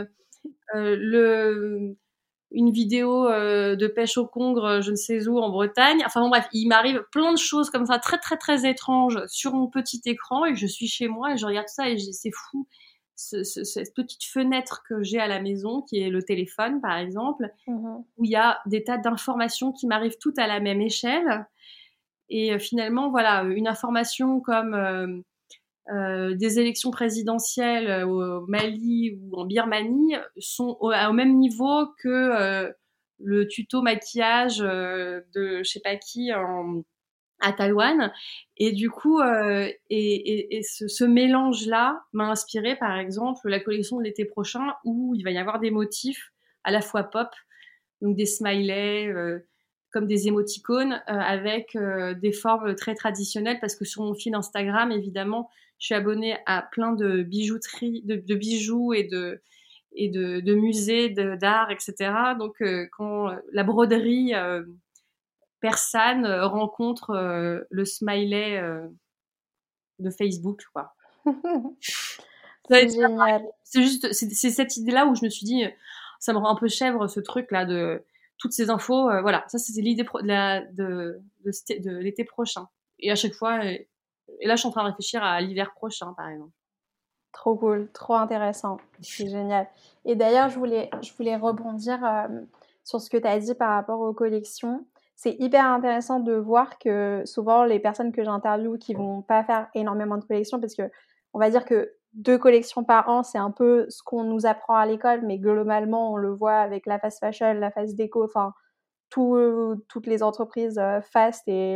le une vidéo de pêche au congre, je ne sais où, en Bretagne. Enfin bon, bref, il m'arrive plein de choses comme ça, très très très étranges sur mon petit écran et je suis chez moi et je regarde ça et c'est fou. Cette petite fenêtre que j'ai à la maison, qui est le téléphone par exemple, Mmh. où il y a des tas d'informations qui m'arrivent toutes à la même échelle. Et finalement, voilà, une information comme des élections présidentielles au Mali ou en Birmanie sont au même niveau que le tuto maquillage de je sais pas qui à Taïwan. Et du coup, ce mélange-là m'a inspiré, par exemple, la collection de l'été prochain où il va y avoir des motifs à la fois pop, donc des smileys, comme des émoticônes, avec des formes très traditionnelles, parce que sur mon fil Instagram, évidemment, je suis abonnée à plein de bijouteries, de bijoux et de musées d'art, etc. Donc, quand la broderie persane rencontre le smiley de Facebook, quoi. C'est génial. C'est juste, c'est cette idée-là où je me suis dit, ça me rend un peu chèvre ce truc-là de toutes ces infos. Voilà, ça c'était l'idée de l'été prochain. Et à chaque fois, et là je suis en train de réfléchir à l'hiver prochain, par exemple. Trop cool, trop intéressant. C'est génial. Et d'ailleurs, je voulais rebondir sur ce que tu as dit par rapport aux collections. C'est hyper intéressant de voir que souvent, les personnes que j'interviewe qui vont pas faire énormément de collections, parce que on va dire que 2 collections par an, c'est un peu ce qu'on nous apprend à l'école, mais globalement, on le voit avec la fast fashion, la fast déco, enfin, toutes les entreprises fast et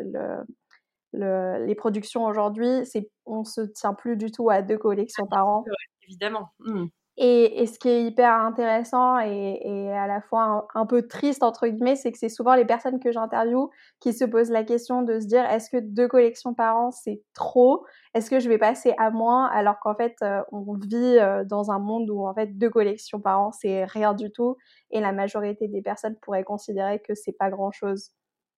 les productions aujourd'hui, on se tient plus du tout à 2 collections par an. Ouais, évidemment. Mmh. Et ce qui est hyper intéressant et à la fois un peu «triste» entre guillemets, c'est que c'est souvent les personnes que j'interviewe qui se posent la question de se dire: «Est-ce que 2 collections par an, c'est trop? Est-ce que je vais passer à moins?» alors qu'en fait, on vit, dans un monde où en fait 2 collections par an, c'est rien du tout et la majorité des personnes pourraient considérer que c'est pas grand-chose.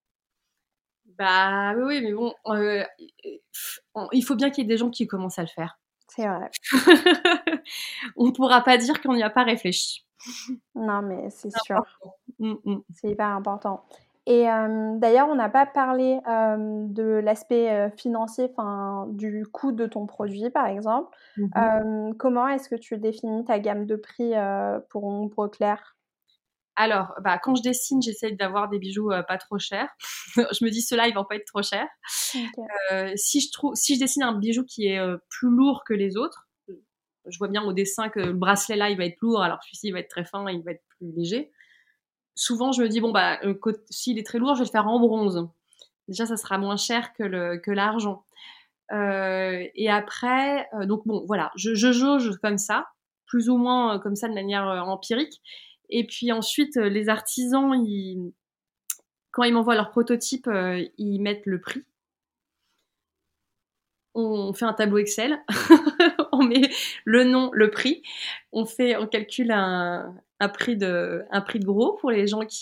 Bah oui, oui, mais bon, il faut bien qu'il y ait des gens qui commencent à le faire. C'est vrai. On ne pourra pas dire qu'on n'y a pas réfléchi. Non, mais c'est C'est sûr. important. Mmh mh. C'est hyper important et d'ailleurs, on n'a pas parlé, de l'aspect, financier, enfin, du coût de ton produit, par exemple. Mmh. Comment est-ce que tu définis ta gamme de prix, pour Ombre Claire? Alors, bah, quand je dessine, j'essaye d'avoir des bijoux pas trop chers. Je me dis ceux-là, ils vont pas être trop chers. OK. Si je dessine un bijou qui est plus lourd que les autres, je vois bien au dessin que le bracelet là, il va être lourd, alors celui-ci, il va être très fin, il va être plus léger. Souvent, je me dis, bon, bah, s'il est très lourd, je vais le faire en bronze. Déjà, ça sera moins cher que l'argent. Et après, donc bon, voilà, je jauge comme ça, plus ou moins comme ça de manière empirique. Et puis ensuite, les artisans, quand ils m'envoient leur prototype, ils mettent le prix. On fait un tableau Excel, on met le nom, le prix, on calcule un prix de gros pour les gens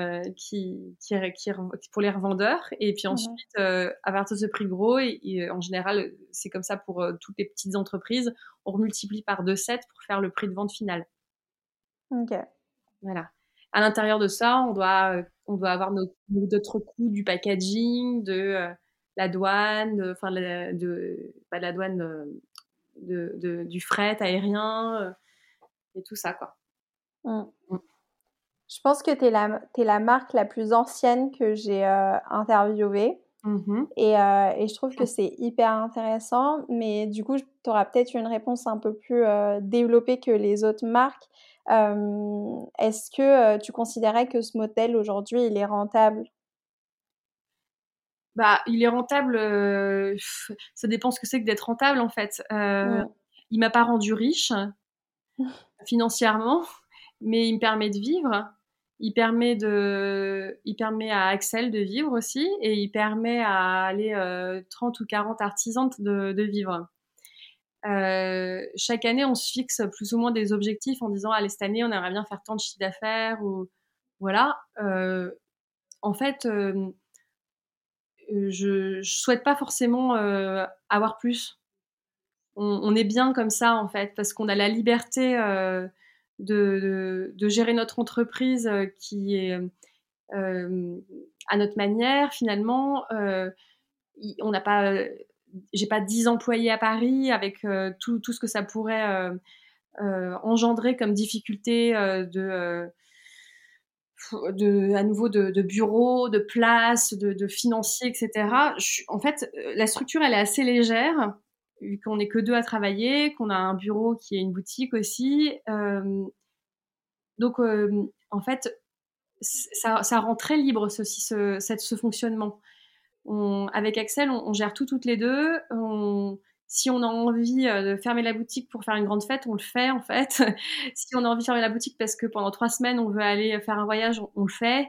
pour les revendeurs, et puis ensuite à partir de ce prix gros, et en général c'est comme ça pour toutes les petites entreprises, on remultiplie par 2,7 pour faire le prix de vente final. Ok. Voilà. À l'intérieur de ça, on doit avoir d'autres coûts du packaging, de la douane, enfin la douane, du fret aérien, et tout ça, quoi. Mm. Je pense que t'es la marque la plus ancienne que j'ai interviewée. Mmh. Et je trouve que c'est hyper intéressant, mais du coup, tu auras peut-être une réponse un peu plus développée que les autres marques. Est-ce que tu considérais que ce modèle aujourd'hui, il est rentable? Bah, il est rentable, ça dépend ce que c'est que d'être rentable, en fait. Il m'a pas rendue riche financièrement, mais il me permet de vivre. Il permet à Axel de vivre aussi, et il permet à 30 ou 40 artisans de vivre. Chaque année, on se fixe plus ou moins des objectifs en disant, allez, cette année, on aimerait bien faire tant de chiffre d'affaires, ou voilà. En fait, je souhaite pas forcément avoir plus. On est bien comme ça, en fait, parce qu'on a la liberté de gérer notre entreprise, qui est à notre manière, finalement. On n'a pas, j'ai pas 10 employés à Paris avec tout ce que ça pourrait engendrer comme difficulté à nouveau de bureaux, de places, de financiers, etc. En fait, la structure, elle est assez légère, vu qu'on n'est que deux à travailler, qu'on a un bureau qui est une boutique aussi. Donc, en fait, ça rend très libre ce fonctionnement. Avec Axel, on gère tout toutes les deux. Si on a envie de fermer la boutique pour faire une grande fête, on le fait, en fait. Si on a envie de fermer la boutique parce que pendant 3 semaines, on veut aller faire un voyage, on le fait.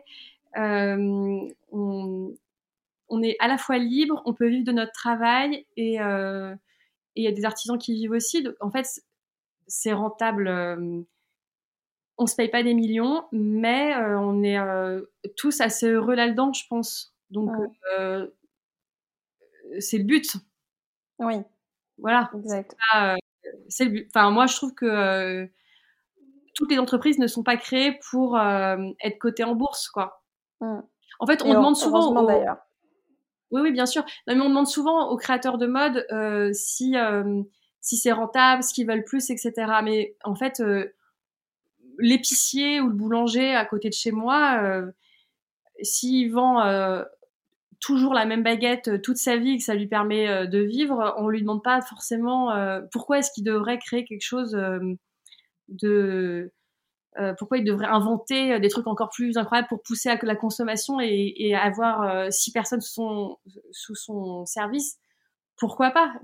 On est à la fois libre, on peut vivre de notre travail, et il y a des artisans qui vivent aussi. Donc, en fait, c'est rentable. On se paye pas des millions, mais on est tous assez heureux là-dedans, je pense. Donc, c'est le but. Oui, Voilà. exact. C'est le but. Enfin, moi, je trouve que toutes les entreprises ne sont pas créées pour être cotées en bourse, quoi. En fait, Et on demande souvent heureusement d'ailleurs. Oui, oui, bien sûr. Non, mais on demande souvent aux créateurs de mode si c'est rentable, ce qu'ils veulent plus, etc. Mais en fait, l'épicier ou le boulanger à côté de chez moi, s'il vend toujours la même baguette toute sa vie et que ça lui permet de vivre, on lui demande pas forcément pourquoi est-ce qu'il devrait créer quelque chose de pourquoi il devrait inventer des trucs encore plus incroyables pour pousser à la consommation et avoir 6 personnes sous son service. Pourquoi pas,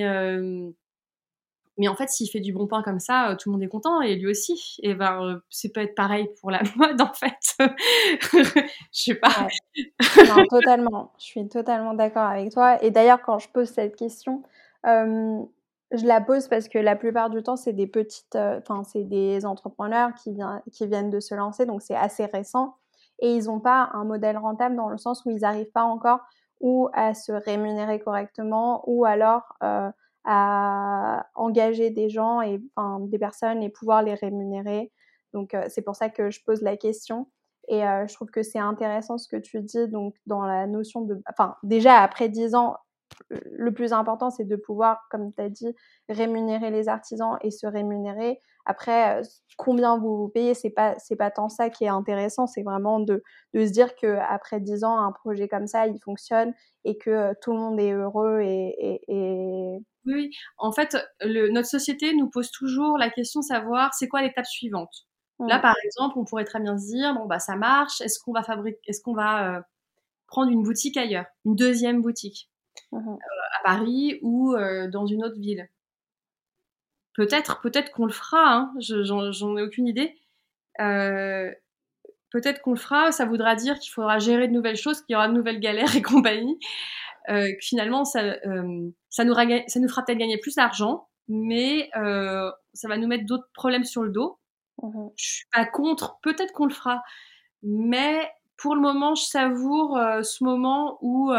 mais en fait, s'il fait du bon pain comme ça, tout le monde est content, et lui aussi. Et ben, c'est peut être pareil pour la mode, en fait. Je sais pas. Ouais. Non, totalement. Je suis totalement d'accord avec toi. Et d'ailleurs, quand je pose cette question, je la pose parce que la plupart du temps, c'est des petites, enfin, c'est des entrepreneurs qui viennent de se lancer, donc c'est assez récent. Et ils n'ont pas un modèle rentable dans le sens où ils n'arrivent pas encore ou à se rémunérer correctement, ou alors à engager des gens et enfin des personnes et pouvoir les rémunérer. Donc c'est pour ça que je pose la question. Et je trouve que c'est intéressant ce que tu dis, donc dans la notion de, enfin, déjà après 10 ans, le plus important, c'est de pouvoir, comme tu as dit, rémunérer les artisans et se rémunérer. Après, combien vous payez, c'est pas tant ça qui est intéressant, c'est vraiment de se dire qu'après 10 ans, un projet comme ça, il fonctionne et que tout le monde est heureux et Oui. En fait, notre société nous pose toujours la question de savoir c'est quoi l'étape suivante. Là, par exemple, on pourrait très bien se dire, bon, bah, ça marche, est-ce qu'on va prendre une boutique ailleurs, une deuxième boutique, à Paris ou dans une autre ville? Peut-être qu'on le fera, hein, j'en ai aucune idée. Peut-être qu'on le fera, ça voudra dire qu'il faudra gérer de nouvelles choses, qu'il y aura de nouvelles galères et compagnie. Que finalement, ça nous fera peut-être gagner plus d'argent, mais ça va nous mettre d'autres problèmes sur le dos. Je suis pas contre, peut-être qu'on le fera, mais pour le moment, je savoure ce moment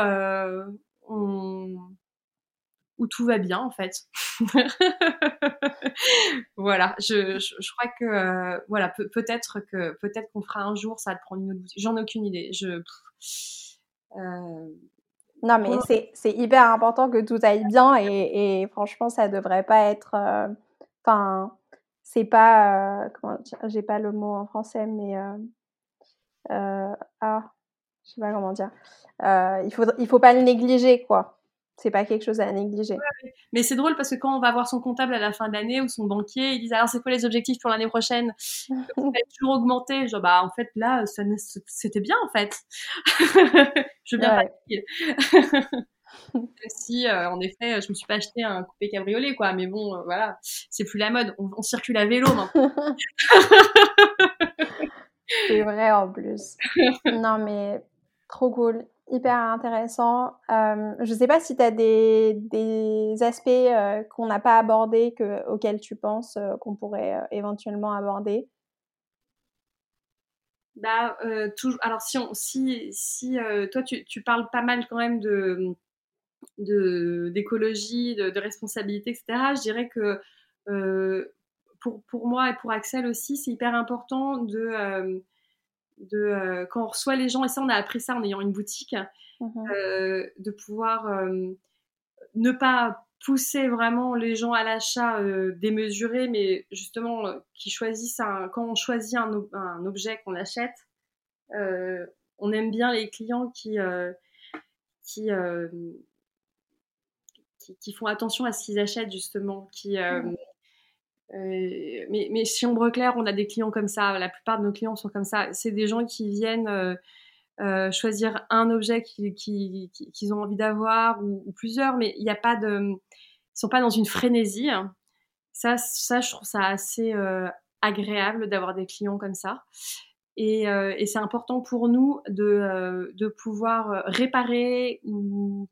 où tout va bien en fait. Voilà, je crois que voilà, peut-être qu'on fera un jour ça de prendre une autre boutique. J'en ai aucune idée. Non, mais c'est hyper important que tout aille bien et franchement, ça devrait pas être. Enfin, c'est pas. Comment dire, j'ai pas le mot en français, mais. Je sais pas comment dire. Il faut pas le négliger, quoi. C'est pas quelque chose à négliger. Mais c'est drôle parce que quand on va voir son comptable à la fin de l'année ou son banquier, ils disent alors c'est quoi les objectifs pour l'année prochaine? Vous avez toujours augmenté. Genre bah en fait là c'était bien en fait. Je veux bien pas dire. Si en effet je me suis pas acheté un coupé cabriolet quoi, mais bon voilà, c'est plus la mode. On circule à vélo maintenant. C'est vrai en plus. Non mais trop cool, hyper intéressant. Je sais pas si tu as des aspects qu'on n'a pas abordés auxquels tu penses qu'on pourrait éventuellement aborder. Bah toujours. Alors si toi tu parles pas mal quand même d'écologie, de responsabilité, etc. Je dirais que pour moi et pour Axel aussi, c'est hyper important quand on reçoit les gens, et ça on a appris ça en ayant une boutique, de pouvoir ne pas pousser vraiment les gens à l'achat démesuré, mais justement quand on choisit un objet qu'on achète, on aime bien les clients qui, euh, qui font attention à ce qu'ils achètent justement, mais chez Ombre Claire, on a des clients comme ça. La plupart de nos clients sont comme ça. C'est des gens qui viennent choisir un objet qu'ils ont envie d'avoir ou plusieurs, mais il y a pas ils sont pas dans une frénésie. Ça, je trouve ça assez agréable d'avoir des clients comme ça. Et c'est important pour nous de pouvoir réparer ou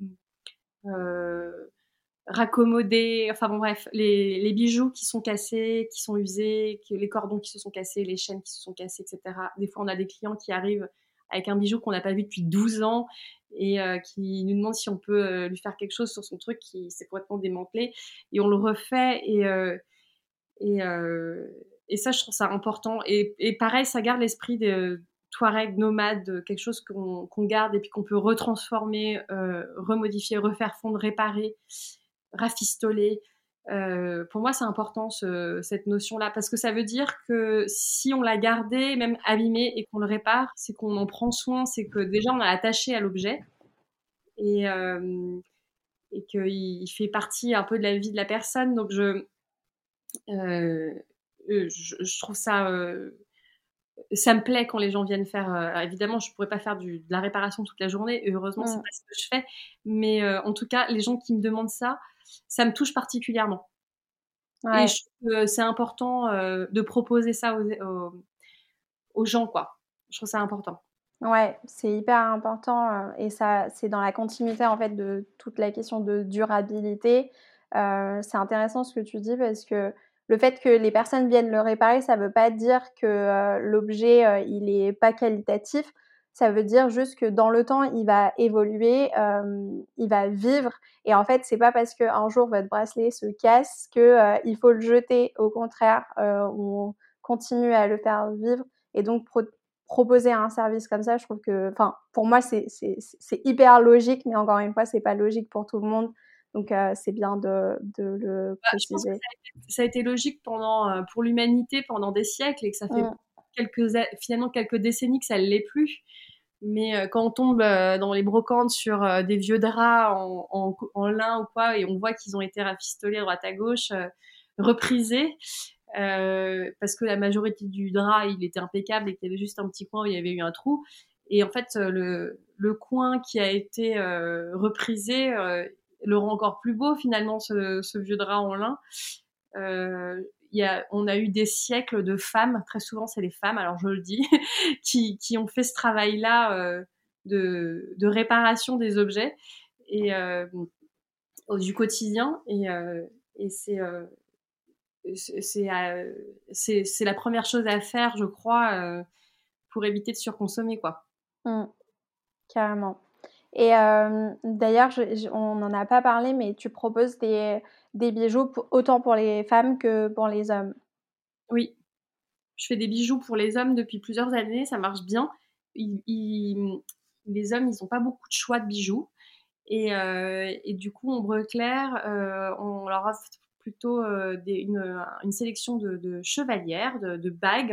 raccommoder, enfin bon bref, les bijoux qui sont cassés, qui sont usés, les cordons qui se sont cassés, les chaînes qui se sont cassées, etc. Des fois, on a des clients qui arrivent avec un bijou qu'on n'a pas vu depuis 12 ans et qui nous demandent si on peut lui faire quelque chose sur son truc qui s'est complètement démantelé. Et on le refait et, euh, et ça, je trouve ça important. Et pareil, ça garde l'esprit de Touareg, nomade, quelque chose qu'on garde et puis qu'on peut retransformer, remodifier, refaire fondre, réparer, rafistoler. Pour moi, c'est important cette notion-là parce que ça veut dire que si on l'a gardé, même abîmé, et qu'on le répare, c'est qu'on en prend soin, c'est que déjà on a attaché à l'objet et, euh, et qu'il fait partie un peu de la vie de la personne. Donc je trouve ça me plaît quand les gens viennent faire. Évidemment, je pourrais pas faire de la réparation toute la journée. Et heureusement, c'est pas ce que je fais. Mais en tout cas, les gens qui me demandent ça, ça me touche particulièrement. Ouais. Et je trouve que c'est important de proposer ça aux gens, quoi. Je trouve ça important. Ouais, c'est hyper important et ça, c'est dans la continuité en fait de toute la question de durabilité. C'est intéressant ce que tu dis parce que le fait que les personnes viennent le réparer, ça veut pas dire que l'objet il est pas qualitatif. Ça veut dire juste que dans le temps, il va évoluer, il va vivre et en fait, c'est pas parce qu'un jour votre bracelet se casse que il faut le jeter. Au contraire, on continue à le faire vivre et donc proposer un service comme ça, je trouve que, enfin, pour moi, c'est hyper logique, mais encore une fois, c'est pas logique pour tout le monde. Donc, c'est bien de le Je pense que préciser. ça a été logique pour l'humanité pendant des siècles et que ça fait finalement quelques décennies que ça ne l'est plus. Mais quand on tombe dans les brocantes sur des vieux draps en lin ou quoi, et on voit qu'ils ont été rafistolés à droite à gauche, reprisés, parce que la majorité du drap, il était impeccable et qu'il y avait juste un petit coin où il y avait eu un trou. Et en fait, le coin qui a été reprisé le rend encore plus beau finalement, ce vieux drap en lin. On a eu des siècles de femmes, très souvent c'est les femmes, alors je le dis, qui ont fait ce travail-là de réparation des objets et du quotidien. Et c'est la première chose à faire, je crois, pour éviter de surconsommer, quoi. Carrément. Et d'ailleurs, on n'en a pas parlé, mais tu proposes des bijoux autant pour les femmes que pour les hommes. Oui, je fais des bijoux pour les hommes depuis plusieurs années, ça marche bien. Les hommes, ils n'ont pas beaucoup de choix de bijoux. Et du coup, Ombre Claire, on leur offre plutôt une sélection de chevalières, de bagues.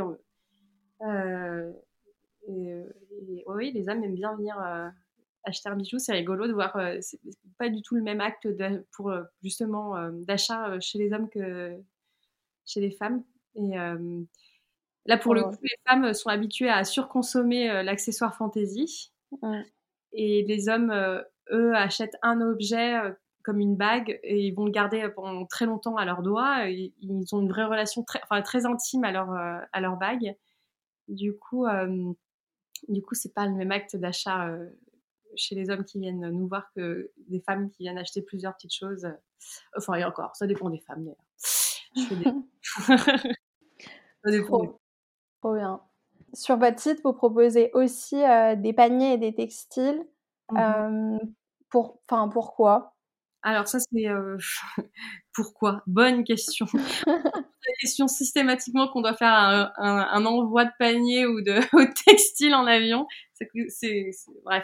Oui, les hommes aiment bien venir acheter un bijou. C'est rigolo de voir. C'est pas du tout le même acte pour justement d'achat chez les hommes que chez les femmes. Et là, pour le coup, les femmes sont habituées à surconsommer l'accessoire fantaisie. Et les hommes, eux, achètent un objet comme une bague et ils vont le garder pendant très longtemps à leurs doigts. Ils ont une vraie relation très intime à leur bague. Du coup, c'est pas le même acte d'achat chez les hommes qui viennent nous voir que des femmes qui viennent acheter plusieurs petites choses. Enfin, et encore, ça dépend des femmes d'ailleurs. Je fais des... ça dépend des... Trop bien. Sur votre site, vous proposez aussi des paniers et des textiles. Pourquoi? Alors ça, c'est... pourquoi? Bonne question. La question systématiquement qu'on doit faire un envoi de panier ou de textile en avion. Bref.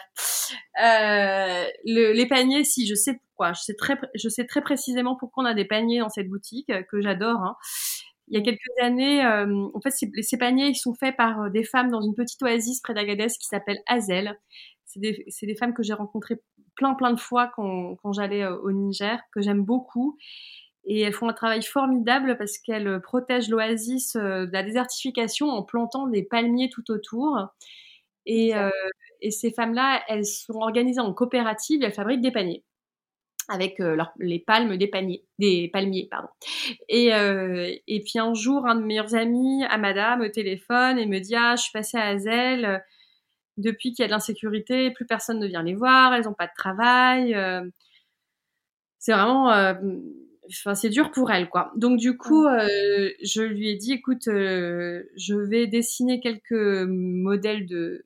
Les paniers, si, je sais pourquoi. Je sais très précisément pourquoi on a des paniers dans cette boutique que j'adore. Hein. Il y a quelques années, en fait, ces paniers, ils sont faits par des femmes dans une petite oasis près d'Agadez qui s'appelle Hazel. C'est des femmes que j'ai rencontrées plein de fois quand j'allais au Niger, que j'aime beaucoup. Et elles font un travail formidable parce qu'elles protègent l'oasis de la désertification en plantant des palmiers tout autour. Et ces femmes-là, elles sont organisées en coopérative et elles fabriquent des paniers avec les palmes des palmiers, pardon. Et puis un jour, un de mes meilleurs amis, Amada, me téléphone et me dit « Ah, je suis passée à Hazel. Depuis qu'il y a de l'insécurité, plus personne ne vient les voir, elles n'ont pas de travail. C'est vraiment... c'est dur pour elles, quoi. » Donc du coup, je lui ai dit « Écoute, je vais dessiner quelques modèles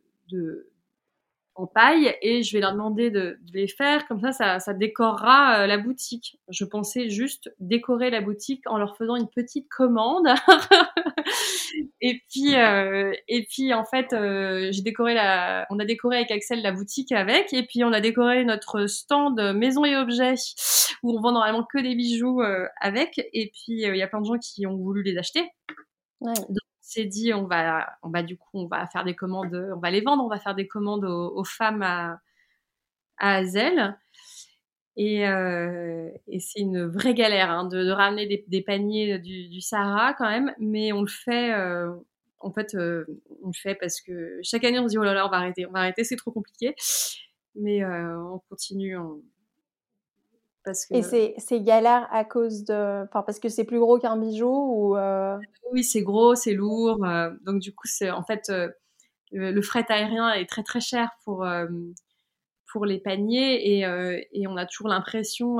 en paille et je vais leur demander de les faire, comme ça décorera la boutique. » Je pensais juste décorer la boutique en leur faisant une petite commande. et puis en fait, on a décoré avec Axel la boutique avec, et puis on a décoré notre stand maison et objets où on vend normalement que des bijoux avec, et puis il y a plein de gens qui ont voulu les acheter. Ouais. Donc, on s'est dit, on va faire des commandes, on va les vendre, on va faire des commandes aux femmes à Hazel. Et c'est une vraie galère hein, de ramener des paniers du Sahara quand même, mais on le fait. On le fait parce que chaque année on se dit oh là là, on va arrêter, c'est trop compliqué. Mais on continue. Parce que... Et c'est galère à cause parce que c'est plus gros qu'un bijou ou Oui, c'est gros, c'est lourd. Donc du coup, c'est en fait le fret aérien est très très cher pour les paniers et on a toujours l'impression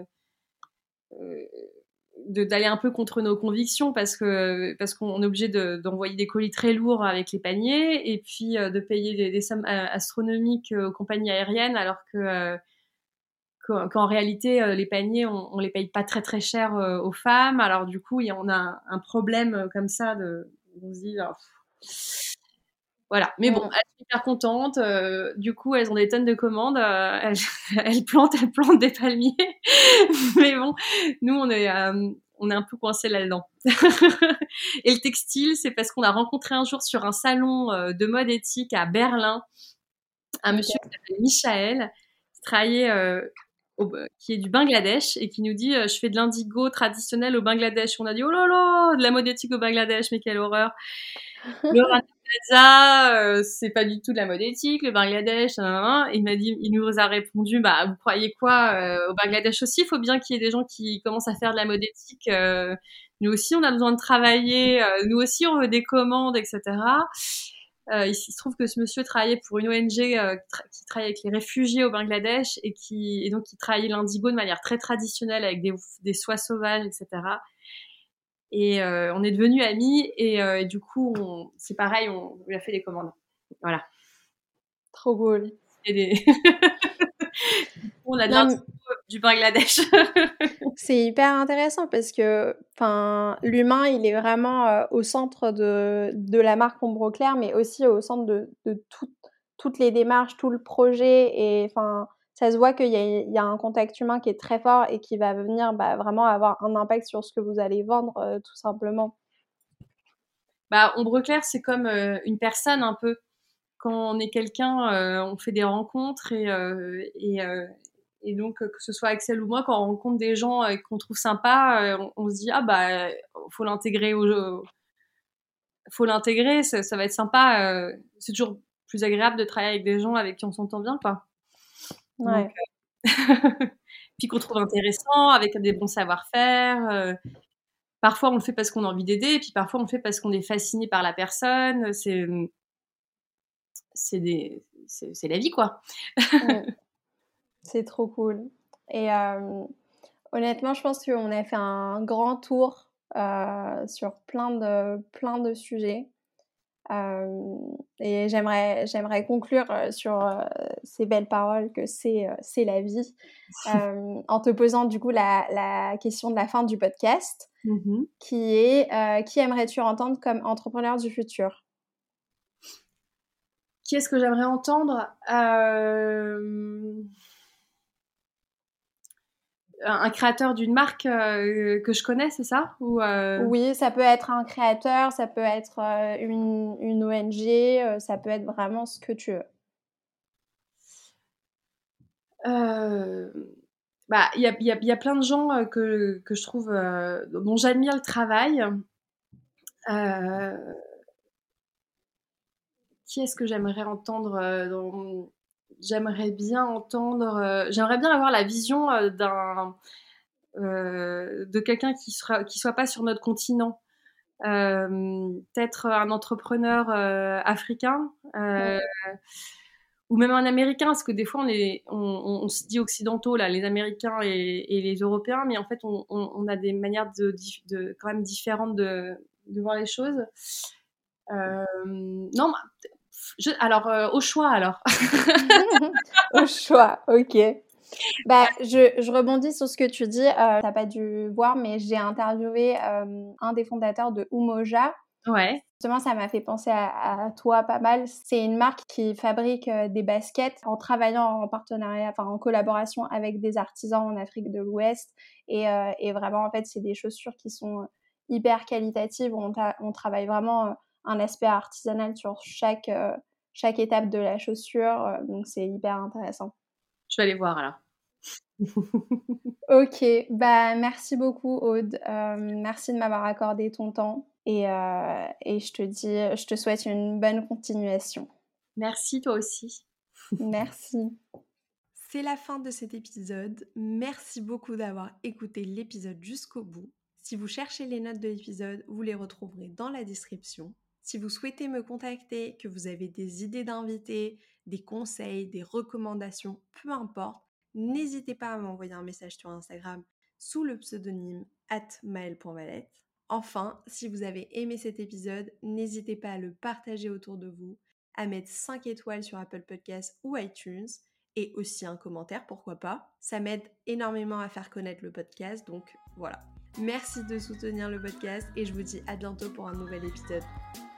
d'aller un peu contre nos convictions parce qu'on est obligé d'envoyer des colis très lourds avec les paniers et puis de payer des sommes astronomiques aux compagnies aériennes alors qu'en réalité les paniers on les paye pas très très cher aux femmes. Alors du coup on a un problème comme ça on se dit voilà, mais bon, elles sont hyper contentes. Du coup, elles ont des tonnes de commandes. Elles plantent des palmiers. Mais bon, nous, on est un peu coincés là-dedans. Et le textile, c'est parce qu'on a rencontré un jour sur un salon de mode éthique à Berlin un monsieur qui s'appelle Michael, qui est du Bangladesh et qui nous dit je fais de l'indigo traditionnel au Bangladesh. On a dit oh là là, de la mode éthique au Bangladesh, mais quelle horreur. Le Rana Plaza, c'est pas du tout de la mode éthique, le Bangladesh, il nous a répondu bah vous croyez quoi, au Bangladesh aussi il faut bien qu'il y ait des gens qui commencent à faire de la mode éthique, nous aussi on a besoin de travailler, nous aussi on veut des commandes, etc. Il se trouve que ce monsieur travaillait pour une ONG qui travaille avec les réfugiés au Bangladesh et donc qui travaillait l'indigo de manière très traditionnelle avec des soies sauvages, etc. Et on est devenus amis et du coup, c'est pareil, on lui a fait des commandes. Voilà. Trop cool. On a de du Bangladesh. C'est hyper intéressant parce que l'humain, il est vraiment au centre de la marque Ombre Claire, mais aussi au centre de toutes les démarches, tout le projet. Et ça se voit qu'il y a un contact humain qui est très fort et qui va venir vraiment avoir un impact sur ce que vous allez vendre, tout simplement. Ombre Claire, c'est comme une personne un peu. Quand on est quelqu'un, on fait des rencontres et donc que ce soit Axel ou moi, quand on rencontre des gens qu'on trouve sympas, on se dit faut l'intégrer faut l'intégrer, ça va être sympa. C'est toujours plus agréable de travailler avec des gens avec qui on s'entend bien, quoi. Ouais. Donc, puis qu'on trouve intéressant, avec des bons savoir-faire. Parfois, on le fait parce qu'on a envie d'aider, et puis parfois, on le fait parce qu'on est fasciné par la personne. C'est la vie, quoi. C'est trop cool. Et honnêtement, je pense qu'on a fait un grand tour sur plein de sujets. Et j'aimerais conclure sur ces belles paroles que c'est la vie, en te posant du coup la question de la fin du podcast, qui est qui aimerais-tu entendre comme entrepreneur du futur? Qui est-ce que j'aimerais entendre? Un créateur d'une marque que je connais, c'est ça? Oui, ça peut être un créateur, ça peut être une ONG, ça peut être vraiment ce que tu veux. Il y a plein de gens que je trouve dont j'admire le travail. Qui est-ce que j'aimerais entendre J'aimerais bien avoir la vision de quelqu'un qui soit pas sur notre continent. Peut-être un entrepreneur africain ou même un américain, parce que des fois on se dit occidentaux là, les Américains et les Européens, mais en fait on a des manières quand même différentes de voir les choses. Non, alors au choix alors. Au choix, ok. Je rebondis sur ce que tu dis. T'as pas dû voir, mais j'ai interviewé un des fondateurs de Umoja. Ouais. Justement, ça m'a fait penser à toi pas mal. C'est une marque qui fabrique des baskets en travaillant en partenariat, en collaboration avec des artisans en Afrique de l'Ouest. Et vraiment, en fait, c'est des chaussures qui sont hyper qualitatives. On travaille vraiment un aspect artisanal sur chaque étape de la chaussure. Donc, c'est hyper intéressant. Je vais aller voir alors. Ok, merci beaucoup Aude. Merci de m'avoir accordé ton temps et je te souhaite une bonne continuation. Merci toi aussi. Merci. C'est la fin de cet épisode. Merci beaucoup d'avoir écouté l'épisode jusqu'au bout. Si vous cherchez les notes de l'épisode, vous les retrouverez dans la description. Si vous souhaitez me contacter, que vous avez des idées d'invités, des conseils, des recommandations, peu importe, n'hésitez pas à m'envoyer un message sur Instagram sous le pseudonyme @maëlle.valette. Enfin, si vous avez aimé cet épisode, n'hésitez pas à le partager autour de vous, à mettre 5 étoiles sur Apple Podcasts ou iTunes et aussi un commentaire, pourquoi pas. Ça m'aide énormément à faire connaître le podcast, donc voilà. Merci de soutenir le podcast et je vous dis à bientôt pour un nouvel épisode.